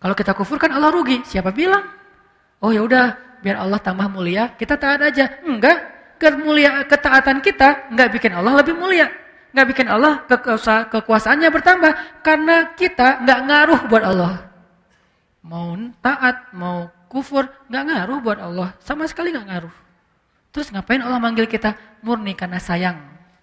Kalau kita kufur kan Allah rugi. Siapa bilang? Oh ya udah, biar Allah tambah mulia, kita taat aja. Enggak, kemulia ketaatan kita enggak bikin Allah lebih mulia. Enggak bikin Allah kekuasa, kekuasaannya bertambah karena kita enggak ngaruh buat Allah. Mau taat, mau kufur, enggak ngaruh buat Allah. Sama sekali enggak ngaruh. Terus ngapain Allah manggil kita? Murni karena sayang.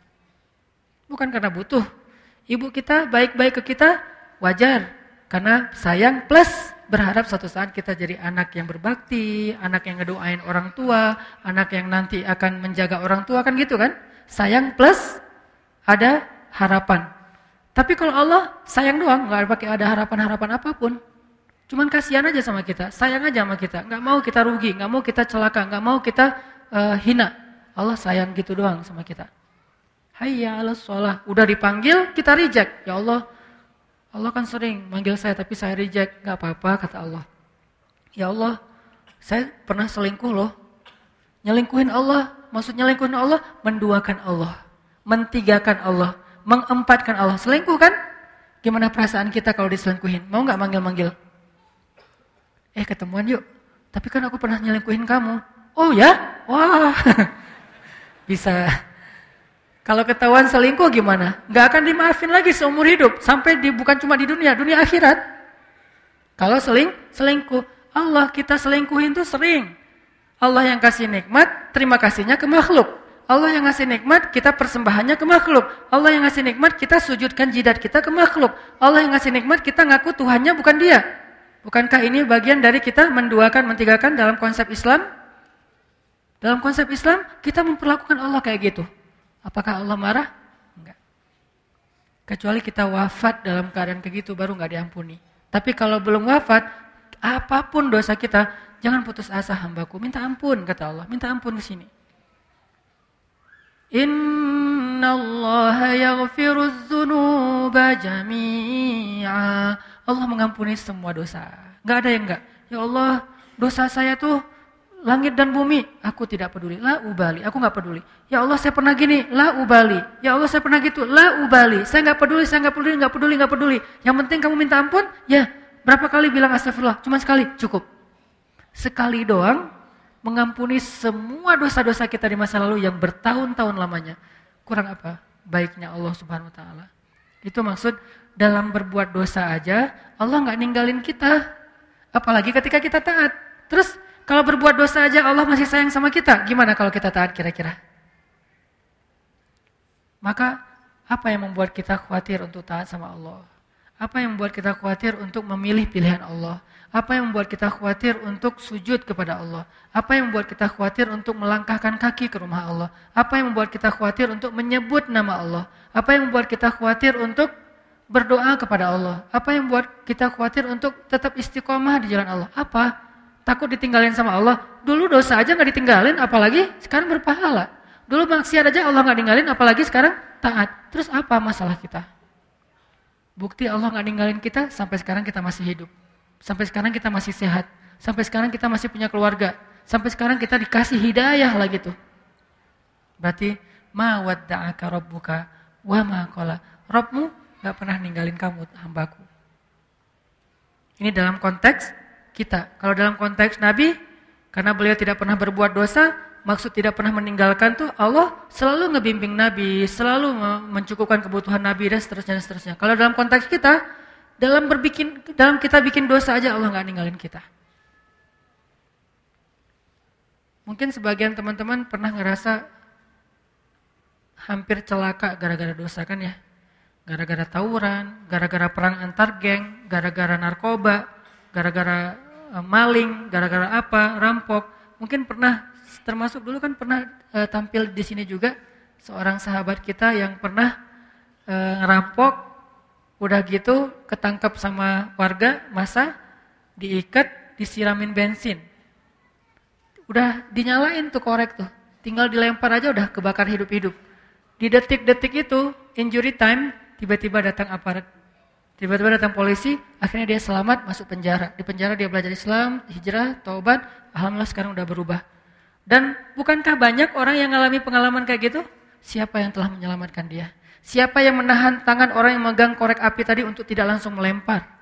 Bukan karena butuh. Ibu kita baik-baik ke kita, wajar. Karena sayang plus berharap suatu saat kita jadi anak yang berbakti, anak yang ngedoain orang tua, anak yang nanti akan menjaga orang tua, kan gitu kan? Sayang plus ada harapan. Tapi kalau Allah sayang doang, nggak pakai ada harapan-harapan apapun. Cuman kasihan aja sama kita, sayang aja sama kita. Nggak mau kita rugi, nggak mau kita celaka, nggak mau kita uh, hina. Allah sayang gitu doang sama kita. Hayya 'alas shalah, udah dipanggil kita reject. Ya Allah, Allah kan sering manggil saya tapi saya reject. Gak apa-apa kata Allah. Ya Allah, saya pernah selingkuh loh. Nyelingkuhin Allah, maksud nyelingkuhin Allah, menduakan Allah, mentigakan Allah, mengempatkan Allah. Selingkuh kan? Gimana perasaan kita kalau diselingkuhin? Mau gak manggil-manggil? Eh ketemuan yuk. Tapi kan aku pernah nyelingkuhin kamu. Oh ya? Wah. Bisa. Kalau ketahuan selingkuh gimana? Gak akan dimaafin lagi seumur hidup. Sampai di, bukan cuma di dunia, dunia akhirat. Kalau seling, selingkuh. Allah kita selingkuhin tuh sering. Allah yang kasih nikmat, terima kasihnya ke makhluk. Allah yang ngasih nikmat, kita persembahannya ke makhluk. Allah yang ngasih nikmat, kita sujudkan jidat kita ke makhluk. Allah yang ngasih nikmat, kita ngaku Tuhannya bukan dia. Bukankah ini bagian dari kita menduakan, mentigakan dalam konsep Islam? Dalam konsep Islam, kita memperlakukan Allah kayak gitu. Apakah Allah marah? Enggak. Kecuali kita wafat dalam keadaan kayak gitu baru enggak diampuni. Tapi kalau belum wafat, apapun dosa kita, jangan putus asa hambaku, minta ampun kata Allah, minta ampun di sini. Innallaha yaghfiruz dzunuba jami'a. Allah mengampuni semua dosa. Enggak ada yang enggak. Ya Allah, dosa saya tuh langit dan bumi, aku tidak peduli. La ubali, aku enggak peduli. Ya Allah, saya pernah gini, la ubali. Ya Allah, saya pernah gitu, la ubali. Saya enggak peduli, saya enggak peduli, enggak peduli, enggak peduli. Yang penting kamu minta ampun, ya. Berapa kali bilang astagfirullah? Cuma sekali, cukup. Sekali doang mengampuni semua dosa-dosa kita di masa lalu yang bertahun-tahun lamanya. Kurang apa? Baiknya Allah Subhanahu wa taala. Itu maksud dalam berbuat dosa aja Allah enggak ninggalin kita. Apalagi ketika kita taat. Terus kalau berbuat dosa aja Allah masih sayang sama kita, gimana kalau kita taat kira-kira? Maka apa yang membuat kita khawatir untuk taat sama Allah? Apa yang membuat kita khawatir untuk memilih pilihan Allah? Apa yang membuat kita khawatir untuk sujud kepada Allah? Apa yang membuat kita khawatir untuk melangkahkan kaki ke rumah Allah? Apa yang membuat kita khawatir untuk menyebut nama Allah? Apa yang membuat kita khawatir untuk berdoa kepada Allah? Apa yang membuat kita khawatir untuk tetap istiqomah di jalan Allah? Apa? Takut ditinggalin sama Allah. Dulu dosa aja gak ditinggalin, apalagi sekarang berpahala. Dulu maksiat aja Allah gak ninggalin, apalagi sekarang taat. Terus apa masalah kita? Bukti Allah gak ninggalin kita, sampai sekarang kita masih hidup. Sampai sekarang kita masih sehat. Sampai sekarang kita masih punya keluarga. Sampai sekarang kita dikasih hidayah lah gitu. Berarti, ma wadda'aka rabbuka wa ma qala. Rabbmu gak pernah ninggalin kamu, hambaku. Ini dalam konteks kita. Kalau dalam konteks Nabi, karena beliau tidak pernah berbuat dosa, maksud tidak pernah meninggalkan tuh Allah selalu ngebimbing Nabi, selalu mencukupkan kebutuhan Nabi dan seterusnya dan seterusnya. Kalau dalam konteks kita, dalam berbikin, dalam kita bikin dosa aja Allah nggak ninggalin kita. Mungkin sebagian teman-teman pernah ngerasa hampir celaka gara-gara dosa kan ya, gara-gara tawuran, gara-gara perang antar geng, gara-gara narkoba, gara-gara maling, gara-gara apa, rampok. Mungkin pernah, termasuk dulu kan pernah e, tampil di sini juga seorang sahabat kita yang pernah e, ngerampok, udah gitu ketangkap sama warga, masa diikat, disiramin bensin. Udah dinyalain tuh korek tuh, tinggal dilempar aja udah kebakar hidup-hidup. Di detik-detik itu, injury time, tiba-tiba datang aparat. Tiba-tiba datang polisi, akhirnya dia selamat masuk penjara. Di penjara dia belajar Islam, hijrah, taubat, alhamdulillah sekarang udah berubah. Dan bukankah banyak orang yang mengalami pengalaman kayak gitu? Siapa yang telah menyelamatkan dia? Siapa yang menahan tangan orang yang memegang korek api tadi untuk tidak langsung melempar?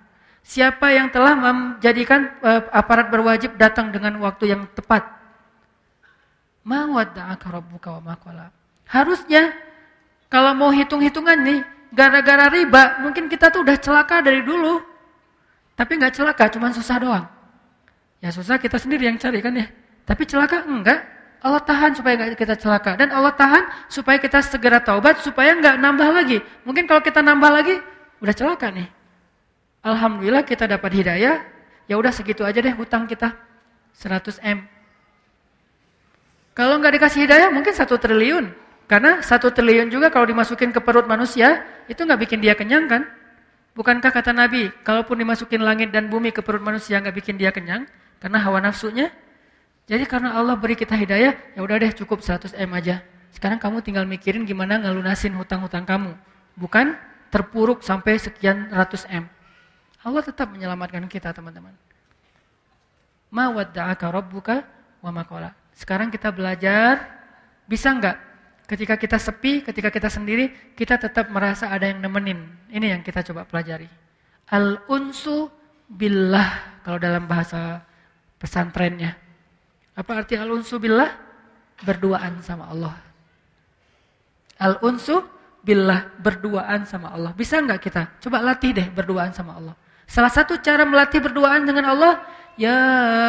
Siapa yang telah menjadikan uh, aparat berwajib datang dengan waktu yang tepat? Ma wadda'aka rabbuka wa ma qala. Harusnya kalau mau hitung-hitungan nih, gara-gara riba, mungkin kita tuh udah celaka dari dulu. Tapi nggak celaka, cuma susah doang. Ya susah kita sendiri yang cari kan ya. Tapi celaka enggak. Allah tahan supaya nggak kita celaka. Dan Allah tahan supaya kita segera taubat, supaya nggak nambah lagi. Mungkin kalau kita nambah lagi, udah celaka nih. Alhamdulillah kita dapat hidayah, ya udah segitu aja deh hutang kita, seratus M. Kalau nggak dikasih hidayah mungkin satu triliun. Karena satu triliun juga kalau dimasukin ke perut manusia, itu nggak bikin dia kenyang kan? Bukankah kata Nabi, kalaupun dimasukin langit dan bumi ke perut manusia nggak bikin dia kenyang, karena hawa nafsunya. Jadi karena Allah beri kita hidayah, ya udah deh cukup seratus M aja. Sekarang kamu tinggal mikirin gimana ngelunasin hutang-hutang kamu. Bukan terpuruk sampai sekian ratus M. Allah tetap menyelamatkan kita teman-teman. Ma wadda'aka rabbuka wa ma qala. Sekarang kita belajar, bisa enggak ketika kita sepi, ketika kita sendiri, kita tetap merasa ada yang nemenin. Ini yang kita coba pelajari. Al-unsu billah, kalau dalam bahasa pesantrennya. Apa arti al-unsu billah? Berduaan sama Allah. Al-unsu billah, berduaan sama Allah. Bisa enggak kita? Coba latih deh berduaan sama Allah. Salah satu cara melatih berduaan dengan Allah, ya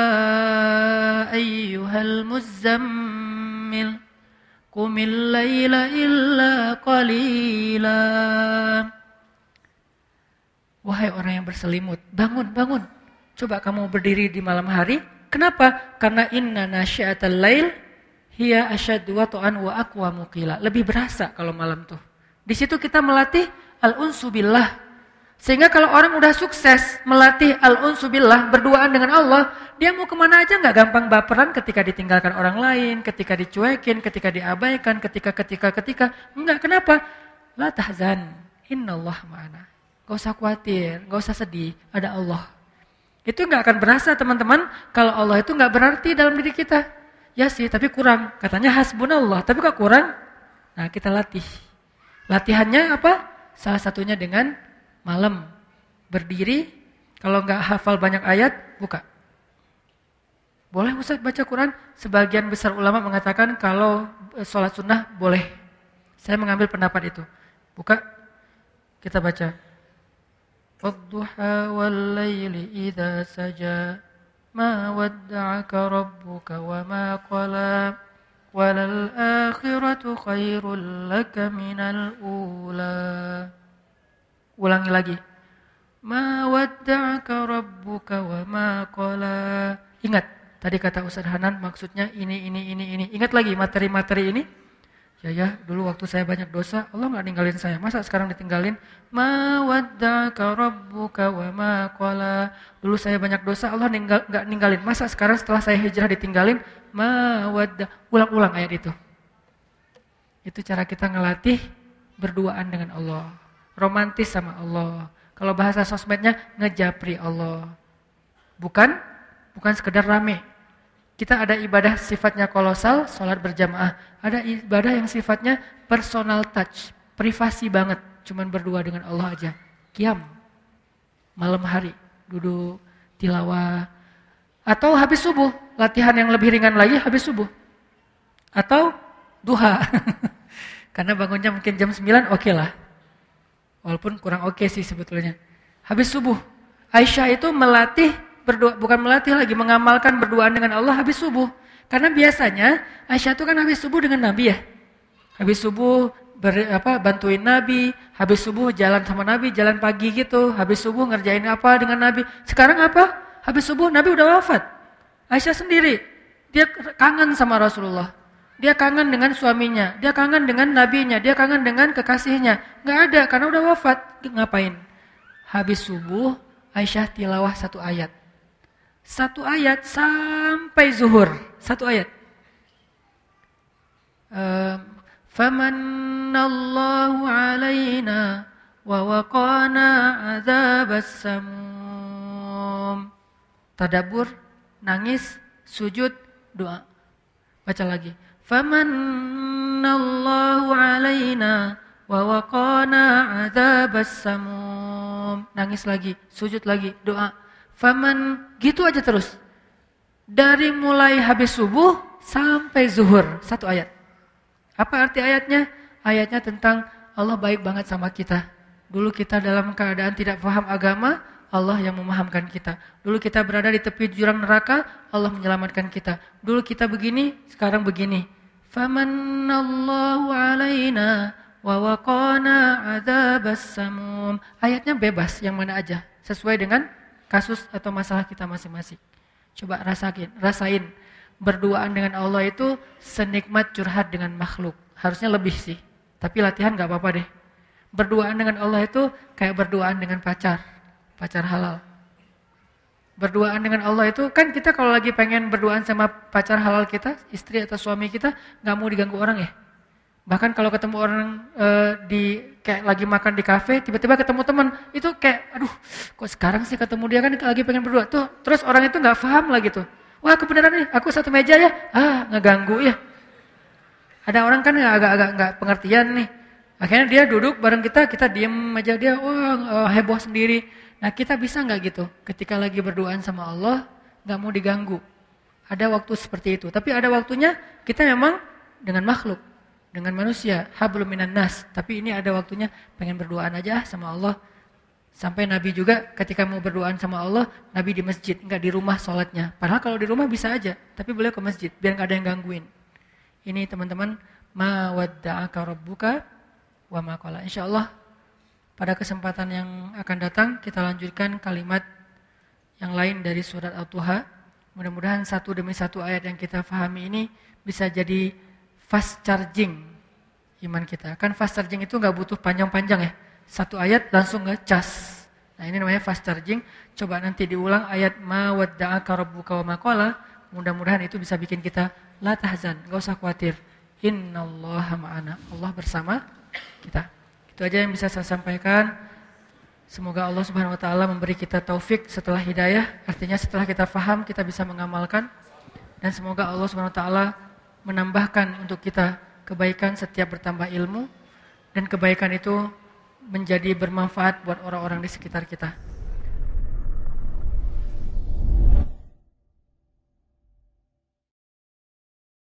ayyuhal muzammil, qumil laila illa qalila. Wahai orang yang berselimut, bangun, bangun. Coba kamu berdiri di malam hari. Kenapa? Karena inna nasyi'atal lail hiya asyaddu wata'an wa aqwamu qila. Lebih berasa kalau malam tuh. Di situ kita melatih al-unsu billah. Sehingga kalau orang udah sukses melatih al-unsu billah, berduaan dengan Allah, dia mau kemana aja gak gampang baperan ketika ditinggalkan orang lain, ketika dicuekin, ketika diabaikan, ketika, ketika, ketika. Enggak, kenapa? La tahzan, innallah ma'ana. Gak usah khawatir, gak usah sedih, ada Allah. Itu gak akan berasa teman-teman, kalau Allah itu gak berarti dalam diri kita. Ya sih, tapi kurang. Katanya hasbunallah, tapi kok kurang? Nah kita latih. Latihannya apa? Salah satunya dengan malam berdiri, kalau nggak hafal banyak ayat, buka. Boleh Ustaz baca Quran? Sebagian besar ulama mengatakan kalau sholat sunnah boleh. Saya mengambil pendapat itu. Buka, kita baca. Wadduha wal layli idza saja, ma wadda'aka rabbuka wa ma qala, walal akhiratu khairul laka minal ula. Ulangi lagi. Ma wadda'aka rabbuka wa ma qala. Ingat, tadi kata Ustaz Hanan maksudnya ini, ini, ini, ini. Ingat lagi materi-materi ini. Ya ya, dulu waktu saya banyak dosa, Allah gak ninggalin saya. Masa sekarang ditinggalin? Ma wadda'aka rabbuka wa ma qala. Dulu saya banyak dosa, Allah ninggal, gak ninggalin. Masa sekarang setelah saya hijrah ditinggalin? Ma wadda. Ulang-ulang ayat itu. Itu cara kita ngelatih berduaan dengan Allah. Romantis sama Allah. Kalau bahasa sosmednya ngejapri Allah. Bukan bukan sekedar rame. Kita ada ibadah sifatnya kolosal, sholat berjamaah. Ada ibadah yang sifatnya personal touch, privasi banget, cuman berdua dengan Allah aja. Qiyam, malam hari, duduk tilawah. Atau habis subuh, latihan yang lebih ringan lagi habis subuh. Atau duha. Karena bangunnya mungkin jam sembilan, oke okay lah. Walaupun kurang oke okay sih sebetulnya. Habis subuh, Aisyah itu melatih, berdua, bukan melatih lagi, mengamalkan berduaan dengan Allah habis subuh. Karena biasanya Aisyah itu kan habis subuh dengan Nabi ya. Habis subuh ber, apa, bantuin Nabi, habis subuh jalan sama Nabi, jalan pagi gitu. Habis subuh ngerjain apa dengan Nabi. Sekarang apa? Habis subuh Nabi udah wafat. Aisyah sendiri, dia kangen sama Rasulullah. Dia kangen dengan suaminya, dia kangen dengan nabinya, dia kangen dengan kekasihnya. Gak ada, karena udah wafat. Ngapain? Habis subuh, Aisyah tilawah satu ayat. Satu ayat sampai zuhur. Satu ayat. Famanallahu alaina wa waqana adzabas samum. Tadabbur, nangis, sujud, doa. Baca lagi. Famanallahu alaina wa waqana adzabas samum. minannawm, nangis lagi, sujud lagi, doa. Faman, gitu aja terus. Dari mulai habis subuh sampai zuhur, satu ayat. Apa arti ayatnya? Ayatnya tentang Allah baik banget sama kita. Dulu kita dalam keadaan tidak paham agama, Allah yang memahamkan kita. Dulu kita berada di tepi jurang neraka, Allah menyelamatkan kita. Dulu kita begini, sekarang begini. Famanallahu alaina wa waqana adzabas samum. Ayatnya bebas, yang mana aja, sesuai dengan kasus atau masalah kita masing-masing. Coba rasain, rasain. Berduaan dengan Allah itu senikmat curhat dengan makhluk. Harusnya lebih sih, tapi latihan gak apa-apa deh. Berduaan dengan Allah itu kayak berduaan dengan pacar, pacar halal. Berduaan dengan Allah itu, kan kita kalau lagi pengen berduaan sama pacar halal kita, istri atau suami kita, gak mau diganggu orang ya. Bahkan kalau ketemu orang e, di kayak lagi makan di kafe, tiba-tiba ketemu teman, itu kayak, aduh, kok sekarang sih ketemu dia kan lagi pengen berdua tuh. Terus orang itu nggak paham lah gitu. Wah kebenaran nih, aku satu meja ya, ah ngeganggu ya. Ada orang kan agak-agak nggak pengertian nih. Akhirnya dia duduk bareng kita, kita diem aja dia, wah heboh sendiri. Nah kita bisa nggak gitu? Ketika lagi berduaan sama Allah, nggak mau diganggu. Ada waktu seperti itu. Tapi ada waktunya kita memang dengan makhluk, dengan manusia, hablum minan nas. Tapi ini ada waktunya pengen berduaan aja sama Allah. Sampai Nabi juga ketika mau berduaan sama Allah, Nabi di masjid, nggak di rumah sholatnya. Padahal kalau di rumah bisa aja, tapi beliau ke masjid biar nggak ada yang gangguin. Ini teman-teman, ma wadda'aka rabbuka wa ma qala. Insyaallah pada kesempatan yang akan datang kita lanjutkan kalimat yang lain dari surat At-Tuha. Mudah-mudahan satu demi satu ayat yang kita pahami ini bisa jadi fast charging iman kita. Kan fast charging itu nggak butuh panjang-panjang ya. Satu ayat langsung ngecas. Nah ini namanya fast charging. Coba nanti diulang ayat ma wadda'aka rabbuka wa ma qala. Mudah-mudahan itu bisa bikin kita la tahzan, enggak usah khawatir. Innallaha ma'ana. Allah bersama kita. Itu aja yang bisa saya sampaikan. Semoga Allah Subhanahu wa taala memberi kita taufik setelah hidayah. Artinya setelah kita faham kita bisa mengamalkan. Dan semoga Allah Subhanahu wa taala menambahkan untuk kita kebaikan setiap bertambah ilmu, dan kebaikan itu menjadi bermanfaat buat orang-orang di sekitar kita.